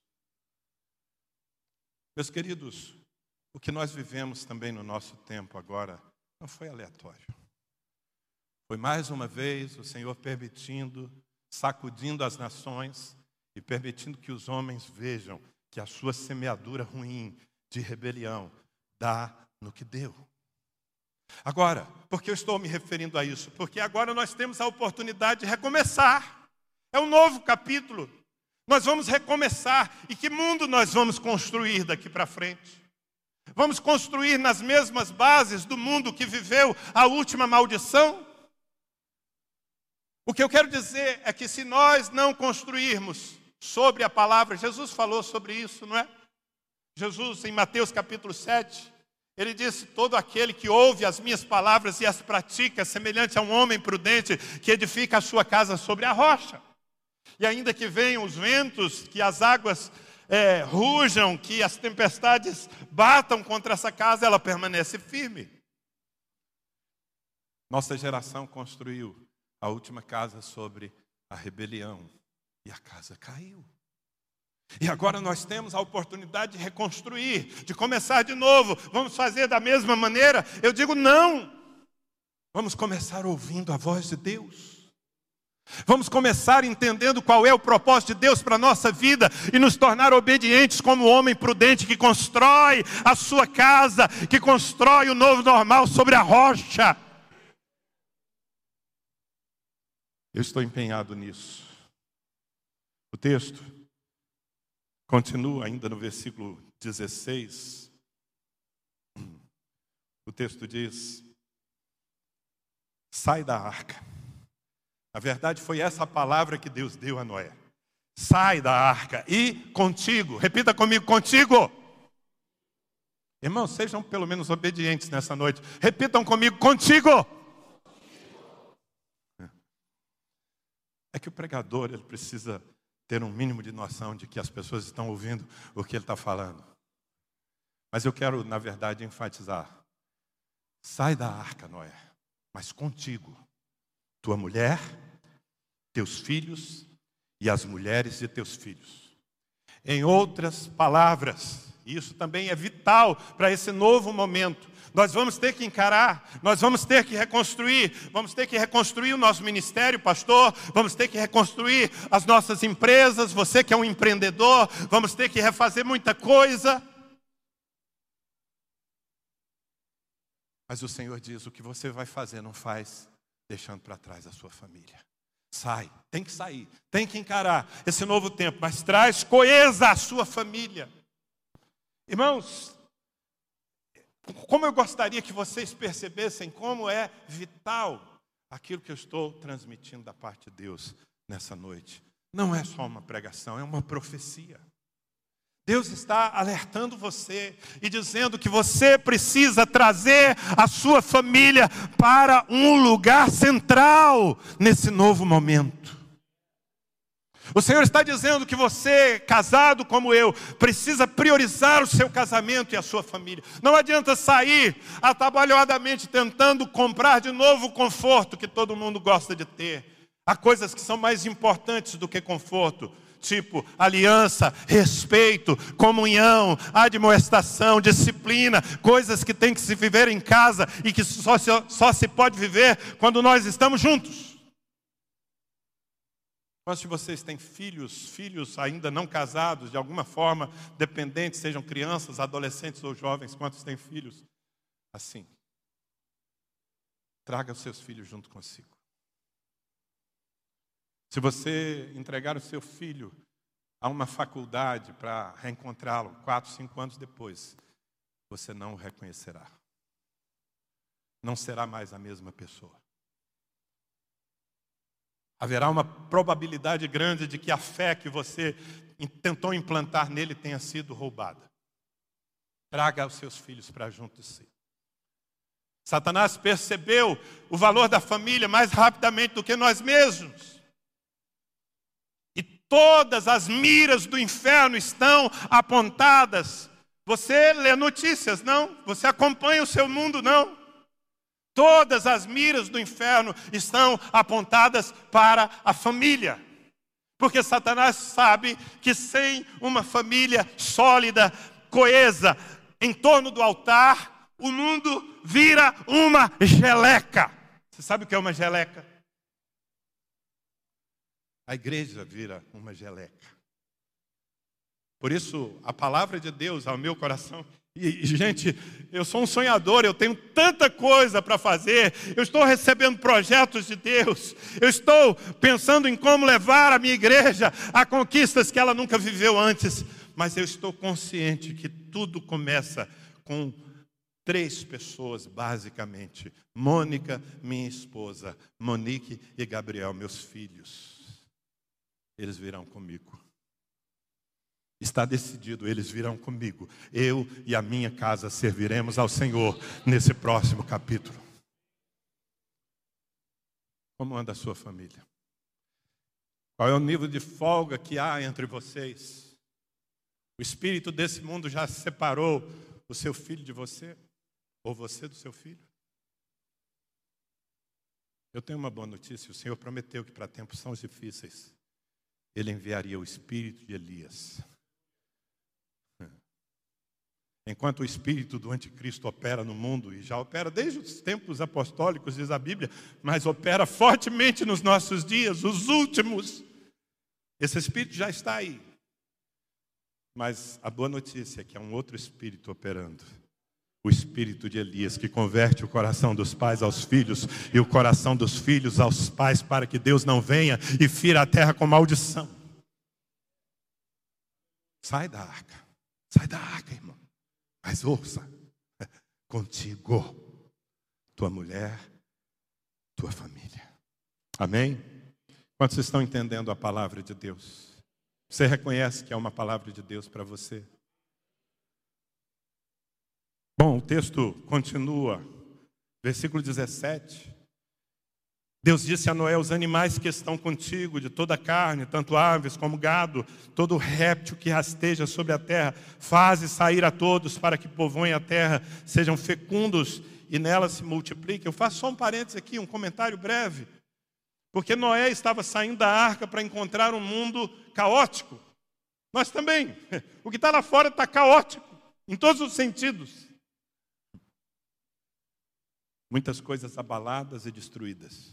[SPEAKER 1] Meus queridos, o que nós vivemos também no nosso tempo agora não foi aleatório. Foi mais uma vez o Senhor permitindo, sacudindo as nações e permitindo que os homens vejam que a sua semeadura ruim de rebelião dá no que deu. Agora, por que eu estou me referindo a isso? Porque agora nós temos a oportunidade de recomeçar. É um novo capítulo. Nós vamos recomeçar. E que mundo nós vamos construir daqui para frente? Vamos construir nas mesmas bases do mundo que viveu a última maldição? O que eu quero dizer é que se nós não construirmos sobre a palavra, Jesus falou sobre isso, não é? Jesus, em Mateus capítulo 7, Ele disse: todo aquele que ouve as minhas palavras e as pratica é semelhante a um homem prudente que edifica a sua casa sobre a rocha. E ainda que venham os ventos, que as águas rujam, que as tempestades batam contra essa casa, ela permanece firme. Nossa geração construiu a última casa sobre a rebelião e a casa caiu. E agora nós temos a oportunidade de reconstruir, de começar de novo. Vamos fazer da mesma maneira? Eu digo não. Vamos começar ouvindo a voz de Deus. Vamos começar entendendo qual é o propósito de Deus para a nossa vida e nos tornar obedientes como o homem prudente que constrói a sua casa, que constrói o novo normal sobre a rocha. Eu estou empenhado nisso. O texto continua ainda no versículo 16. O texto diz: sai da arca. Na verdade, foi essa palavra que Deus deu a Noé. Sai da arca e contigo. Repita comigo: contigo. Irmãos, sejam pelo menos obedientes nessa noite. Repitam comigo: contigo. É que o pregador, ele precisa ter um mínimo de noção de que as pessoas estão ouvindo o que ele está falando. Mas eu quero, na verdade, enfatizar. Sai da arca, Noé, mas contigo, tua mulher, teus filhos e as mulheres de teus filhos. Em outras palavras, isso também é vital para esse novo momento. Nós vamos ter que encarar, nós vamos ter que reconstruir o nosso ministério, pastor, vamos ter que reconstruir as nossas empresas, você que é um empreendedor, vamos ter que refazer muita coisa. Mas o Senhor diz: o que você vai fazer, não faz deixando para trás a sua família. Sai, tem que sair, tem que encarar esse novo tempo, mas traz coesa à sua família. Irmãos, como eu gostaria que vocês percebessem como é vital aquilo que eu estou transmitindo da parte de Deus nessa noite. Não é só uma pregação, é uma profecia. Deus está alertando você e dizendo que você precisa trazer a sua família para um lugar central nesse novo momento. O Senhor está dizendo que você, casado como eu, precisa priorizar o seu casamento e a sua família. Não adianta sair atabalhoadamente tentando comprar de novo o conforto que todo mundo gosta de ter. Há coisas que são mais importantes do que conforto, tipo aliança, respeito, comunhão, admoestação, disciplina, coisas que tem que se viver em casa e que só se pode viver quando nós estamos juntos. Quantos de vocês têm filhos ainda não casados, de alguma forma dependentes, sejam crianças, adolescentes ou jovens? Quantos têm filhos assim? Traga os seus filhos junto consigo. Se você entregar o seu filho a uma faculdade para reencontrá-lo 4, 5 anos depois, você não o reconhecerá. Não será mais a mesma pessoa. Haverá uma probabilidade grande de que a fé que você tentou implantar nele tenha sido roubada. Traga os seus filhos para junto de si. Satanás percebeu o valor da família mais rapidamente do que nós mesmos. E todas as miras do inferno estão apontadas. Você lê notícias, não? Você acompanha o seu mundo, não? Todas as miras do inferno estão apontadas para a família. Porque Satanás sabe que sem uma família sólida, coesa, em torno do altar, o mundo vira uma geleca. Você sabe o que é uma geleca? A igreja vira uma geleca. Por isso, a palavra de Deus ao meu coração... E, gente, eu sou um sonhador, eu tenho tanta coisa para fazer, eu estou recebendo projetos de Deus, eu estou pensando em como levar a minha igreja a conquistas que ela nunca viveu antes, mas eu estou consciente que tudo começa com 3 pessoas, basicamente. Mônica, minha esposa, Monique e Gabriel, meus filhos. Eles virão comigo. Está decidido, eles virão comigo. Eu e a minha casa serviremos ao Senhor nesse próximo capítulo. Como anda a sua família? Qual é o nível de folga que há entre vocês? O espírito desse mundo já separou o seu filho de você? Ou você do seu filho? Eu tenho uma boa notícia. O Senhor prometeu que para tempos tão difíceis, Ele enviaria o espírito de Elias. Enquanto o espírito do anticristo opera no mundo, e já opera desde os tempos apostólicos, diz a Bíblia, mas opera fortemente nos nossos dias, os últimos. Esse espírito já está aí. Mas a boa notícia é que há um outro espírito operando. O espírito de Elias, que converte o coração dos pais aos filhos e o coração dos filhos aos pais, para que Deus não venha e fira a terra com maldição. Sai da arca, irmão. Mas ouça, contigo, tua mulher, tua família. Amém? Quantos estão entendendo a palavra de Deus? Você reconhece que é uma palavra de Deus para você? Bom, o texto continua, versículo 17. Deus disse a Noé: os animais que estão contigo, de toda a carne, tanto aves como gado, todo réptil que rasteja sobre a terra, faze sair a todos para que povoem a terra, sejam fecundos e nela se multipliquem. Eu faço só um parênteses aqui, um comentário breve. Porque Noé estava saindo da arca para encontrar um mundo caótico. Nós também. O que está lá fora está caótico, em todos os sentidos. Muitas coisas abaladas e destruídas.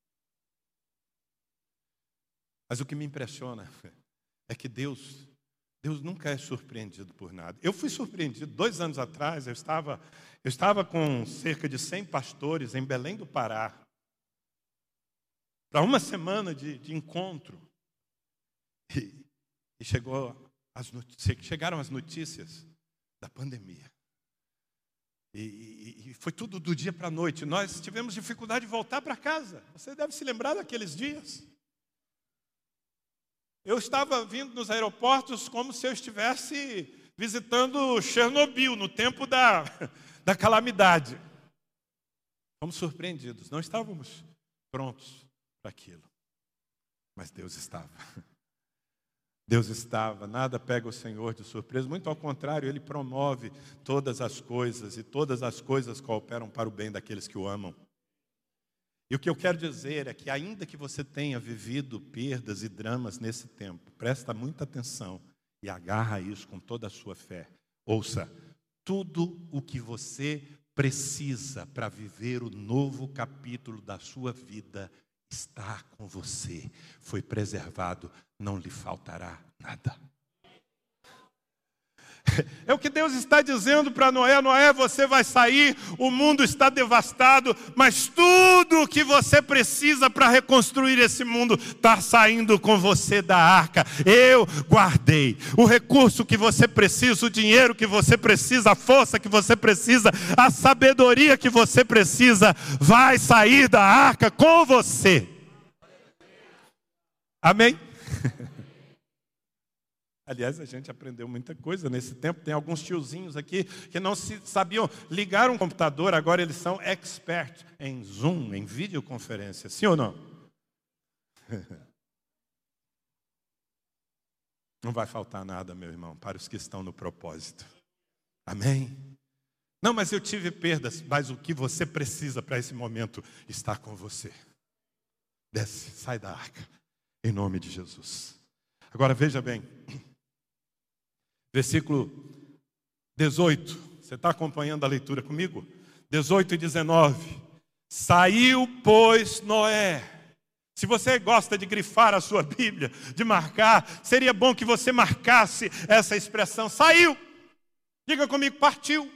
[SPEAKER 1] Mas o que me impressiona é que Deus nunca é surpreendido por nada. Eu fui surpreendido 2 anos atrás. Eu estava com cerca de 100 pastores em Belém do Pará, para uma semana de encontro. E chegaram as notícias da pandemia. E foi tudo do dia para a noite. Nós tivemos dificuldade de voltar para casa. Você deve se lembrar daqueles dias. Eu estava vindo nos aeroportos como se eu estivesse visitando Chernobyl, no tempo da calamidade. Fomos surpreendidos, não estávamos prontos para aquilo. Mas Deus estava. Deus estava, nada pega o Senhor de surpresa. Muito ao contrário, Ele promove todas as coisas, e todas as coisas cooperam para o bem daqueles que o amam. E o que eu quero dizer é que ainda que você tenha vivido perdas e dramas nesse tempo, presta muita atenção e agarra isso com toda a sua fé. Ouça, tudo o que você precisa para viver o novo capítulo da sua vida está com você. Foi preservado, não lhe faltará nada. É o que Deus está dizendo para Noé: Noé, você vai sair, o mundo está devastado, mas tudo o que você precisa para reconstruir esse mundo está saindo com você da arca. Eu guardei o recurso que você precisa, o dinheiro que você precisa, a força que você precisa, a sabedoria que você precisa, vai sair da arca com você. Amém? Aliás, a gente aprendeu muita coisa nesse tempo. Tem alguns tiozinhos aqui que não sabiam ligar um computador, agora eles são experts em Zoom, em videoconferência. Sim ou não? Não vai faltar nada, meu irmão, para os que estão no propósito. Amém? Não, mas eu tive perdas, mas o que você precisa para esse momento está com você. Desce, sai da arca, em nome de Jesus. Agora veja bem. Versículo 18, você está acompanhando a leitura comigo? 18 e 19. Saiu, pois, Noé. Se você gosta de grifar a sua Bíblia, de marcar, seria bom que você marcasse essa expressão. Saiu. Diga comigo, partiu.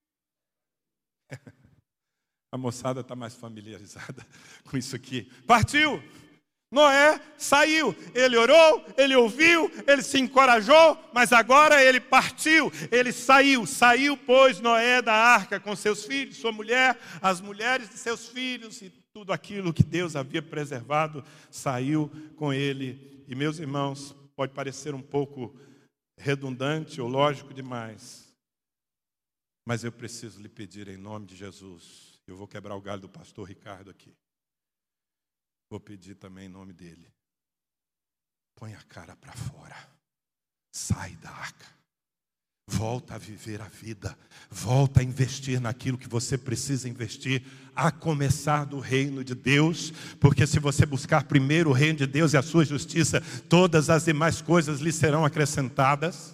[SPEAKER 1] A moçada está mais familiarizada com isso aqui. Partiu. Noé saiu, ele orou, ele ouviu, ele se encorajou, mas agora ele partiu, ele saiu, pois, Noé da arca com seus filhos, sua mulher, as mulheres de seus filhos e tudo aquilo que Deus havia preservado, saiu com ele. E meus irmãos, pode parecer um pouco redundante ou lógico demais. Mas eu preciso lhe pedir em nome de Jesus. Eu vou quebrar o galho do pastor Ricardo aqui. Vou pedir também em nome dele. Põe a cara para fora. Sai da arca. Volta a viver a vida. Volta a investir naquilo que você precisa investir. A começar do reino de Deus. Porque se você buscar primeiro o reino de Deus e a sua justiça, todas as demais coisas lhe serão acrescentadas.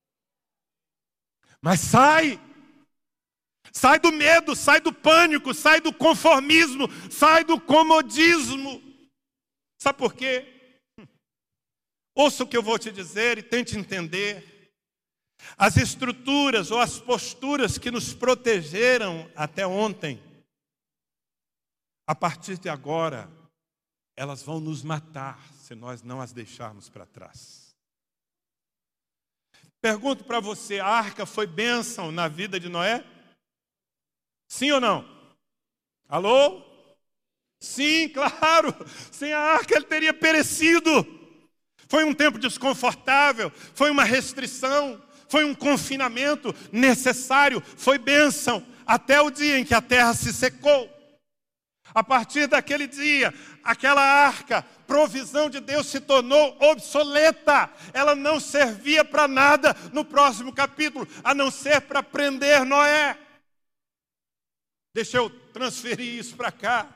[SPEAKER 1] Mas sai! Sai do medo, sai do pânico, sai do conformismo, sai do comodismo. Sabe por quê? Ouça o que eu vou te dizer e tente entender. As estruturas ou as posturas que nos protegeram até ontem, a partir de agora, elas vão nos matar se nós não as deixarmos para trás. Pergunto para você, a arca foi bênção na vida de Noé? Sim ou não? Alô? Sim, claro. Sem a arca ele teria perecido. Foi um tempo desconfortável, foi uma restrição, foi um confinamento necessário, foi bênção, até o dia em que a terra se secou. A partir daquele dia, aquela arca, provisão de Deus, se tornou obsoleta. Ela não servia para nada no próximo capítulo, a não ser para prender Noé. Deixa eu transferir isso para cá.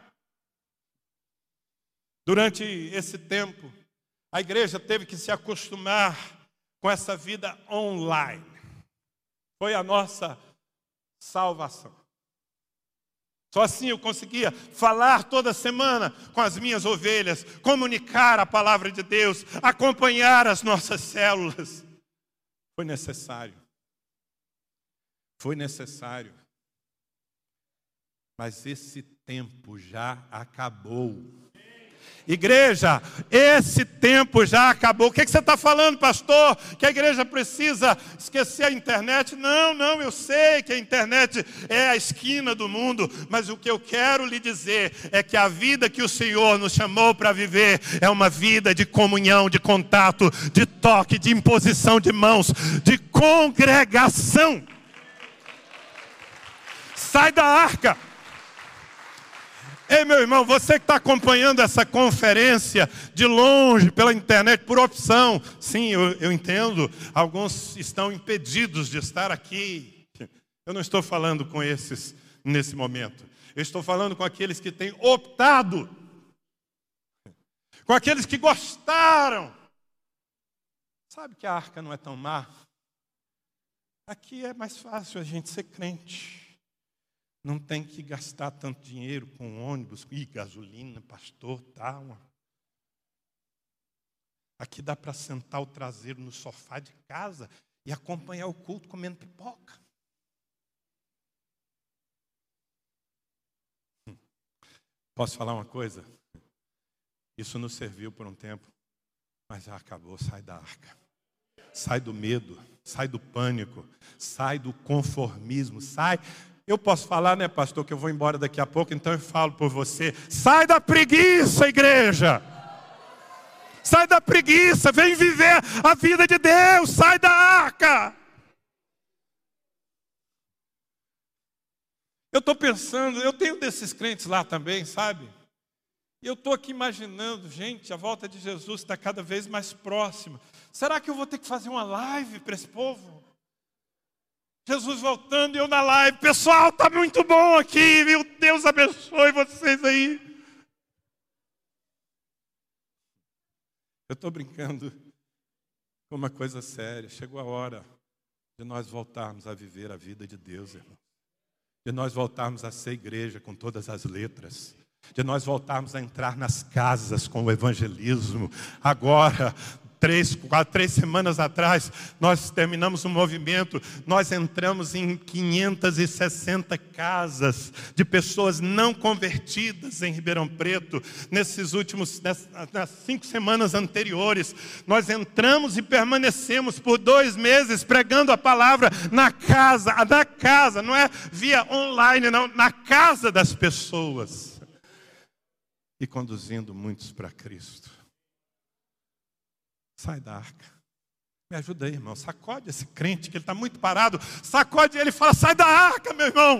[SPEAKER 1] Durante esse tempo, a igreja teve que se acostumar com essa vida online. Foi a nossa salvação. Só assim eu conseguia falar toda semana com as minhas ovelhas, comunicar a palavra de Deus, acompanhar as nossas células. Foi necessário. Foi necessário. Mas esse tempo já acabou. Igreja, esse tempo já acabou. O que você está falando, pastor? Que a igreja precisa esquecer a internet? Não, eu sei que a internet é a esquina do mundo, mas o que eu quero lhe dizer é que a vida que o Senhor nos chamou para viver é uma vida de comunhão, de contato, de toque, de imposição de mãos, de congregação. Sai da arca. Ei, meu irmão, você que está acompanhando essa conferência de longe, pela internet, por opção. Sim, eu entendo, alguns estão impedidos de estar aqui. Eu não estou falando com esses nesse momento. Eu estou falando com aqueles que têm optado. Com aqueles que gostaram. Sabe que a arca não é tão má? Aqui é mais fácil a gente ser crente. Não tem que gastar tanto dinheiro com ônibus, gasolina, pastor, tá. Aqui dá para sentar o traseiro no sofá de casa e acompanhar o culto comendo pipoca. Posso falar uma coisa? Isso nos serviu por um tempo, mas já acabou. Sai da arca. Sai do medo, sai do pânico, sai do conformismo, sai... Eu posso falar, né, pastor, que eu vou embora daqui a pouco, então eu falo por você. Sai da preguiça, igreja. Sai da preguiça, vem viver a vida de Deus. Sai da arca. Eu estou pensando, eu tenho desses crentes lá também, sabe? E eu estou aqui imaginando, gente, a volta de Jesus está cada vez mais próxima. Será que eu vou ter que fazer uma live para esse povo? Jesus voltando e eu na live. Pessoal, está muito bom aqui, viu? Deus abençoe vocês aí. Eu estou brincando com uma coisa séria. Chegou a hora de nós voltarmos a viver a vida de Deus, irmão. De nós voltarmos a ser igreja com todas as letras. De nós voltarmos a entrar nas casas com o evangelismo. Agora... 3 semanas atrás, nós terminamos um movimento, nós entramos em 560 casas de pessoas não convertidas em Ribeirão Preto. Nas 5 semanas anteriores, nós entramos e permanecemos por 2 meses pregando a palavra na casa, não é via online, não, na casa das pessoas. E conduzindo muitos para Cristo. Sai da arca. Me ajuda aí, irmão. Sacode esse crente que ele está muito parado. Sacode ele e fala: sai da arca, meu irmão.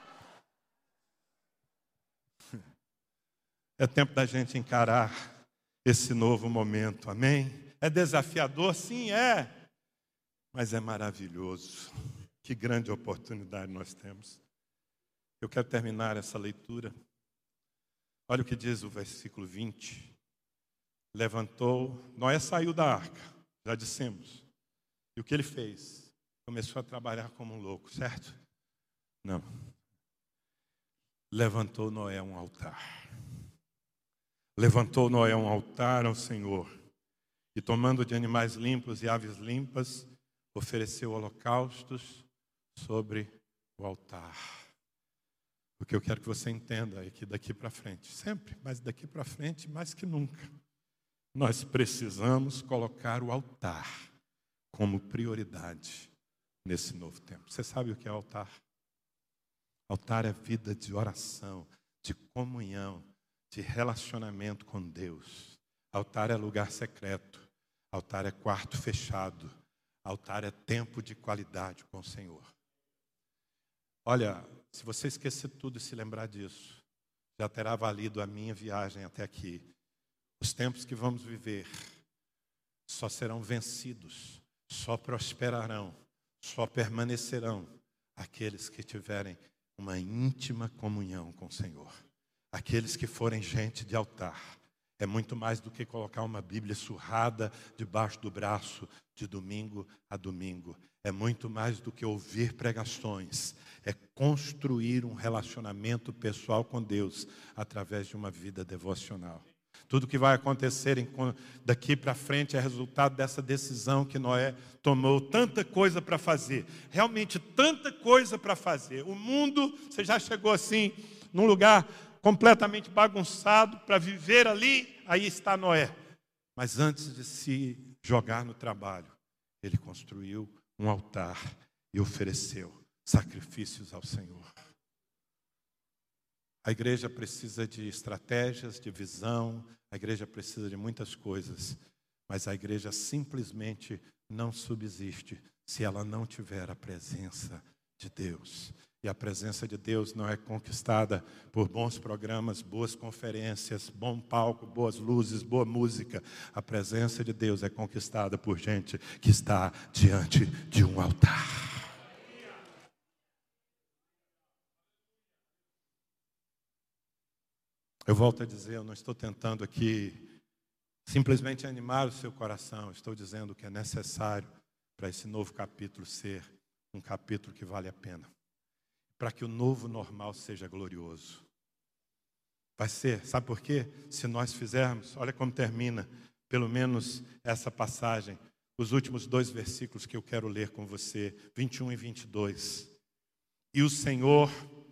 [SPEAKER 1] É tempo da gente encarar esse novo momento, amém? É desafiador? Sim, é. Mas é maravilhoso. Que grande oportunidade nós temos. Eu quero terminar essa leitura. Olha o que diz o versículo 20. Levantou, Noé saiu da arca, já dissemos. E o que ele fez? Começou a trabalhar como um louco, certo? Não. Levantou Noé um altar. Levantou Noé um altar ao Senhor. E tomando de animais limpos e aves limpas, ofereceu holocaustos sobre o altar. O que eu quero que você entenda é que daqui para frente, sempre, mas daqui para frente, mais que nunca, nós precisamos colocar o altar como prioridade nesse novo tempo. Você sabe o que é altar? Altar é vida de oração, de comunhão, de relacionamento com Deus. Altar é lugar secreto. Altar é quarto fechado. Altar é tempo de qualidade com o Senhor. Olha, se você esquecer tudo e se lembrar disso, já terá valido a minha viagem até aqui. Os tempos que vamos viver só serão vencidos, só prosperarão, só permanecerão aqueles que tiverem uma íntima comunhão com o Senhor. Aqueles que forem gente de altar. É muito mais do que colocar uma Bíblia surrada debaixo do braço de domingo a domingo. É muito mais do que ouvir pregações. É construir um relacionamento pessoal com Deus através de uma vida devocional. Tudo que vai acontecer daqui para frente é resultado dessa decisão que Noé tomou. Tanta coisa para fazer. Realmente tanta coisa para fazer. O mundo, você já chegou assim, num lugar completamente bagunçado para viver ali, aí está Noé. Mas antes de se jogar no trabalho, ele construiu um altar e ofereceu sacrifícios ao Senhor. A igreja precisa de estratégias, de visão, a igreja precisa de muitas coisas, mas a igreja simplesmente não subsiste se ela não tiver a presença de Deus. E a presença de Deus não é conquistada por bons programas, boas conferências, bom palco, boas luzes, boa música. A presença de Deus é conquistada por gente que está diante de um altar. Eu volto a dizer, eu não estou tentando aqui simplesmente animar o seu coração. Estou dizendo que é necessário para esse novo capítulo ser um capítulo que vale a pena. Para que o novo normal seja glorioso. Vai ser, sabe por quê? Se nós fizermos, olha como termina, pelo menos essa passagem, os últimos 2 versículos que eu quero ler com você, 21 e 22. E o Senhor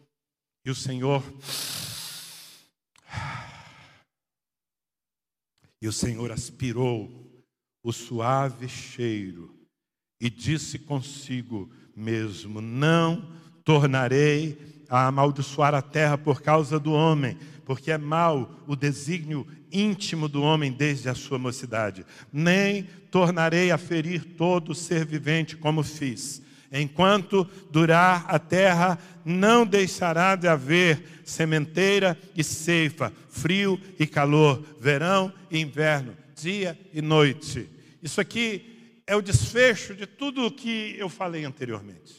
[SPEAKER 1] aspirou o suave cheiro e disse consigo mesmo: não tornarei a amaldiçoar a terra por causa do homem, porque é mau o desígnio íntimo do homem desde a sua mocidade. Nem tornarei a ferir todo ser vivente como fiz. Enquanto durar a terra, não deixará de haver sementeira e ceifa, frio e calor, verão e inverno, dia e noite. Isso aqui é o desfecho de tudo o que eu falei anteriormente.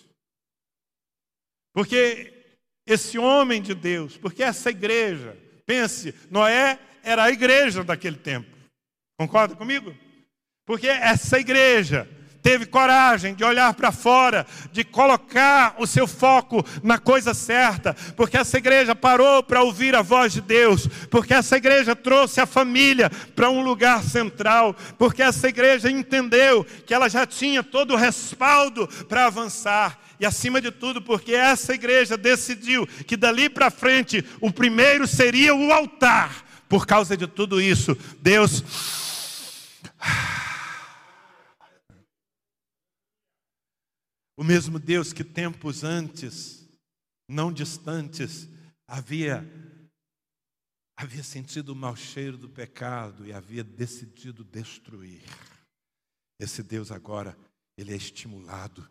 [SPEAKER 1] Porque esse homem de Deus, porque essa igreja, pense, Noé era a igreja daquele tempo. Concorda comigo? Porque essa igreja teve coragem de olhar para fora, de colocar o seu foco na coisa certa, porque essa igreja parou para ouvir a voz de Deus, porque essa igreja trouxe a família para um lugar central, porque essa igreja entendeu que ela já tinha todo o respaldo para avançar, e acima de tudo, porque essa igreja decidiu que dali para frente o primeiro seria o altar. Por causa de tudo isso, Deus... O mesmo Deus que tempos antes, não distantes, havia sentido o mau cheiro do pecado e havia decidido destruir. Esse Deus agora, ele é estimulado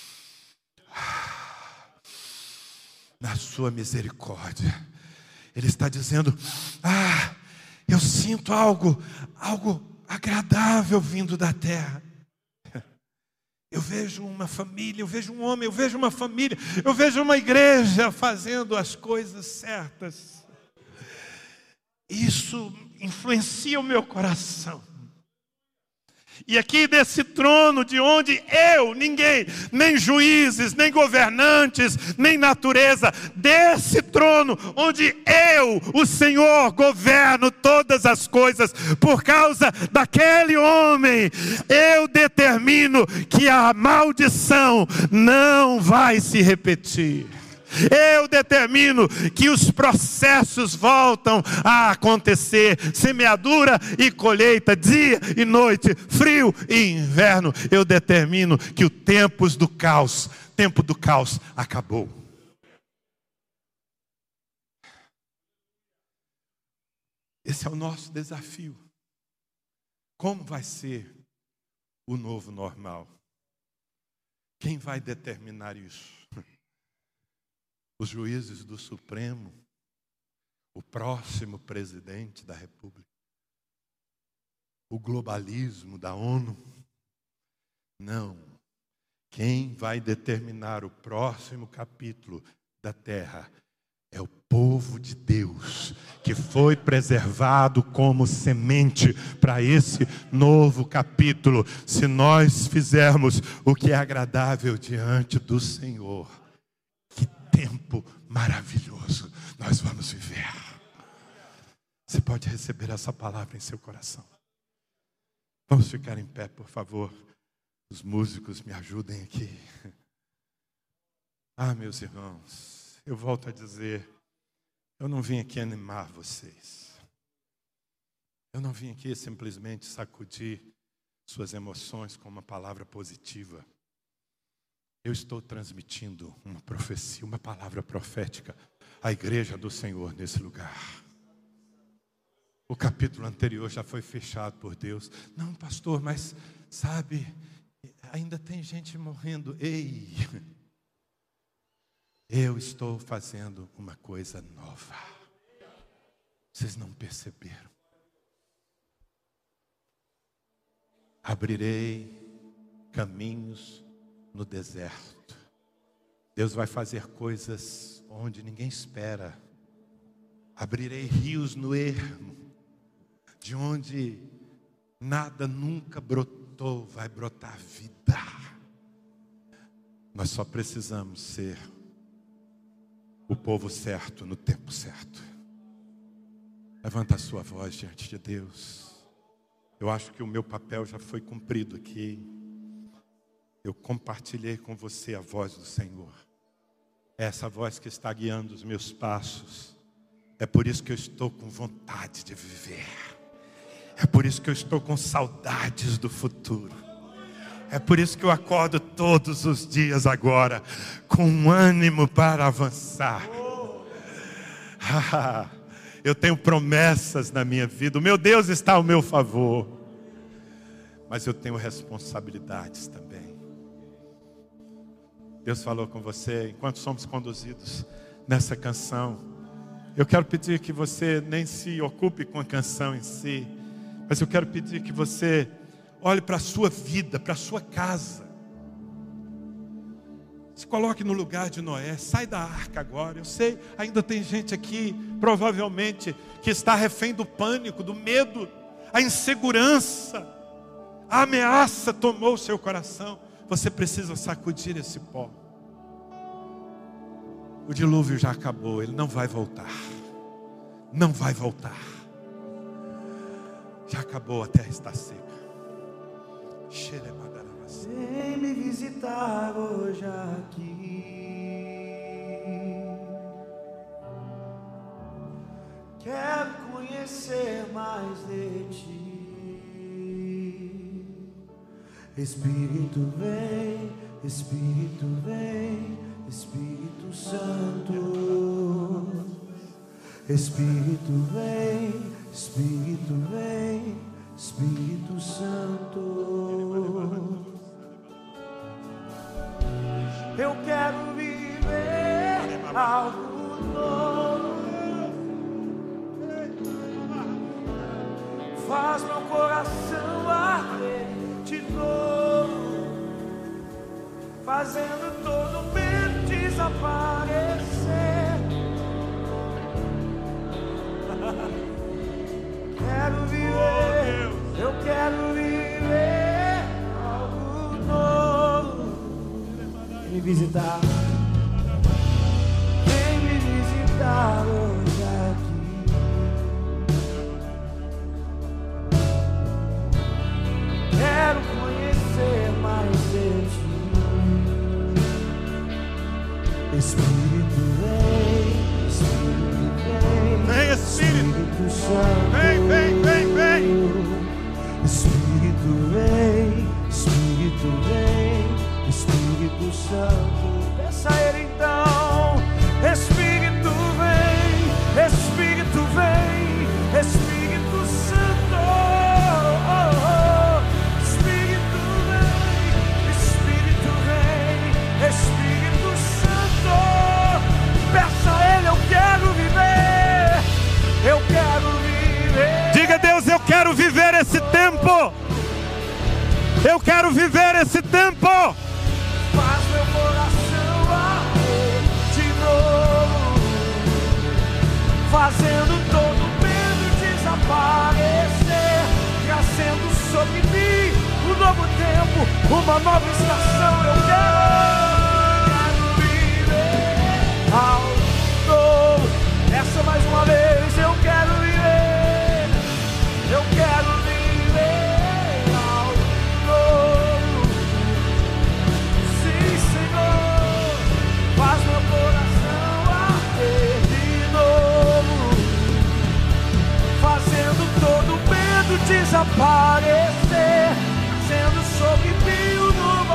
[SPEAKER 1] na sua misericórdia. Ele está dizendo: eu sinto algo agradável vindo da terra. Eu vejo uma família, eu vejo um homem, eu vejo uma família, eu vejo uma igreja fazendo as coisas certas. Isso influencia o meu coração. E aqui desse trono de onde ninguém, nem juízes, nem governantes, nem natureza, desse trono onde o Senhor, governo todas as coisas, por causa daquele homem, eu determino que a maldição não vai se repetir. Eu determino que os processos voltam a acontecer, semeadura e colheita, dia e noite, frio e inverno. Eu determino que o tempo do caos acabou. Esse é o nosso desafio. Como vai ser o novo normal? Quem vai determinar isso? Os juízes do Supremo, o próximo presidente da República, o globalismo da ONU? Não. Quem vai determinar o próximo capítulo da terra é o povo de Deus, que foi preservado como semente para esse novo capítulo. Se nós fizermos o que é agradável diante do Senhor, tempo maravilhoso nós vamos viver. Você pode receber essa palavra em seu coração. Vamos ficar em pé, por favor. Os músicos me ajudem aqui. Meus irmãos, eu volto a dizer, eu não vim aqui animar vocês. Eu não vim aqui simplesmente sacudir suas emoções com uma palavra positiva. Eu estou transmitindo uma profecia, uma palavra profética à igreja do Senhor nesse lugar. O capítulo anterior já foi fechado por Deus. Não, pastor, mas sabe, ainda tem gente morrendo. Ei, eu estou fazendo uma coisa nova. Vocês não perceberam? Abrirei caminhos no deserto. Deus vai fazer coisas onde ninguém espera. Abrirei rios no ermo, de onde nada nunca brotou, vai brotar vida. Nós só precisamos ser o povo certo no tempo certo. Levanta a sua voz diante de Deus. Eu acho que o meu papel já foi cumprido aqui. Eu compartilhei com você a voz do Senhor. É essa voz que está guiando os meus passos. É por isso que eu estou com vontade de viver. É por isso que eu estou com saudades do futuro. É por isso que eu acordo todos os dias agora, com ânimo para avançar. Eu tenho promessas na minha vida. O meu Deus está ao meu favor. Mas eu tenho responsabilidades também. Deus falou com você, enquanto somos conduzidos nessa canção, eu quero pedir que você nem se ocupe com a canção em si, mas eu quero pedir que você olhe para a sua vida, para a sua casa. Se coloque no lugar de Noé, sai da arca agora. Eu sei, ainda tem gente aqui, provavelmente, que está refém do pânico, do medo, a insegurança, a ameaça tomou o seu coração. Você precisa sacudir esse pó. O dilúvio já acabou, ele não vai voltar. Não vai voltar. Já acabou, a terra está seca.
[SPEAKER 2] Vem me visitar hoje aqui. Quero conhecer mais de ti. Espírito vem, Espírito vem, Espírito Santo. Espírito vem, Espírito vem, Espírito Santo. Eu quero viver algo novo. Faz meu coração arder de novo, fazendo todo medo desaparecer. Quero viver, eu quero viver algo novo. Vem me visitar, vem me visitar hoje aqui. Quero conhecer mais de ti. Espírito vem, Espírito vem.
[SPEAKER 1] Vem,
[SPEAKER 2] Espírito Santo.
[SPEAKER 1] Vem, vem, vem, vem.
[SPEAKER 2] Espírito vem, Espírito vem, Espírito Santo. Peça a Ele então. Espírito vem, Espírito vem, Espírito Santo. Espírito vem, Espírito Santo. Peça a Ele, eu quero viver, eu quero viver.
[SPEAKER 1] Diga a Deus, eu quero viver esse tempo. Eu quero viver esse tempo.
[SPEAKER 2] Faz meu coração arder de novo, fazendo todo medo desaparecer, trazendo sobre mim um novo tempo, uma nova estação. Eu quero viver algo novo. Essa mais uma vez, eu quero viver, eu quero viver algo novo. Sim, Senhor, faz meu coração arder de novo, fazendo todo medo desaparecer, sendo sobre mim um novo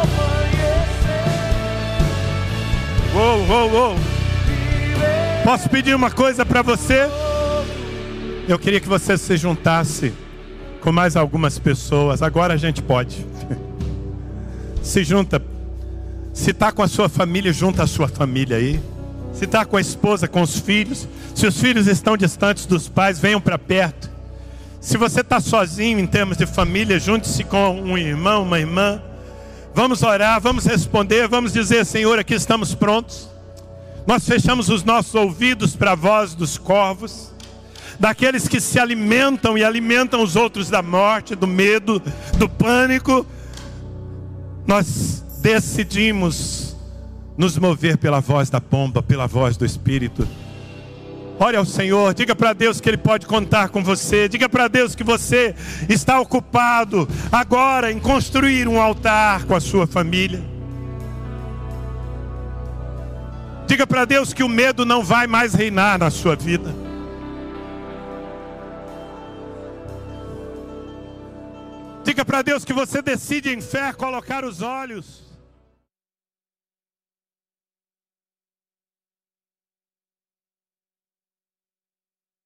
[SPEAKER 2] amanhecer.
[SPEAKER 1] Uou, uou, uou. Posso pedir uma coisa para você? Eu queria que você se juntasse com mais algumas pessoas. Agora a gente pode. Se junta. Se está com a sua família, junta a sua família aí. Se está com a esposa, com os filhos. Se os filhos estão distantes dos pais, venham para perto. Se você está sozinho em termos de família, junte-se com um irmão, uma irmã. Vamos orar, vamos responder, vamos dizer: Senhor, aqui estamos prontos. Nós fechamos os nossos ouvidos para a voz dos corvos, daqueles que se alimentam e alimentam os outros da morte, do medo, do pânico. Nós decidimos nos mover pela voz da pomba, pela voz do Espírito. Ore ao Senhor, diga para Deus que Ele pode contar com você. Diga para Deus que você está ocupado agora em construir um altar com a sua família. Diga para Deus que o medo não vai mais reinar na sua vida. Diga para Deus que você decide em fé colocar os olhos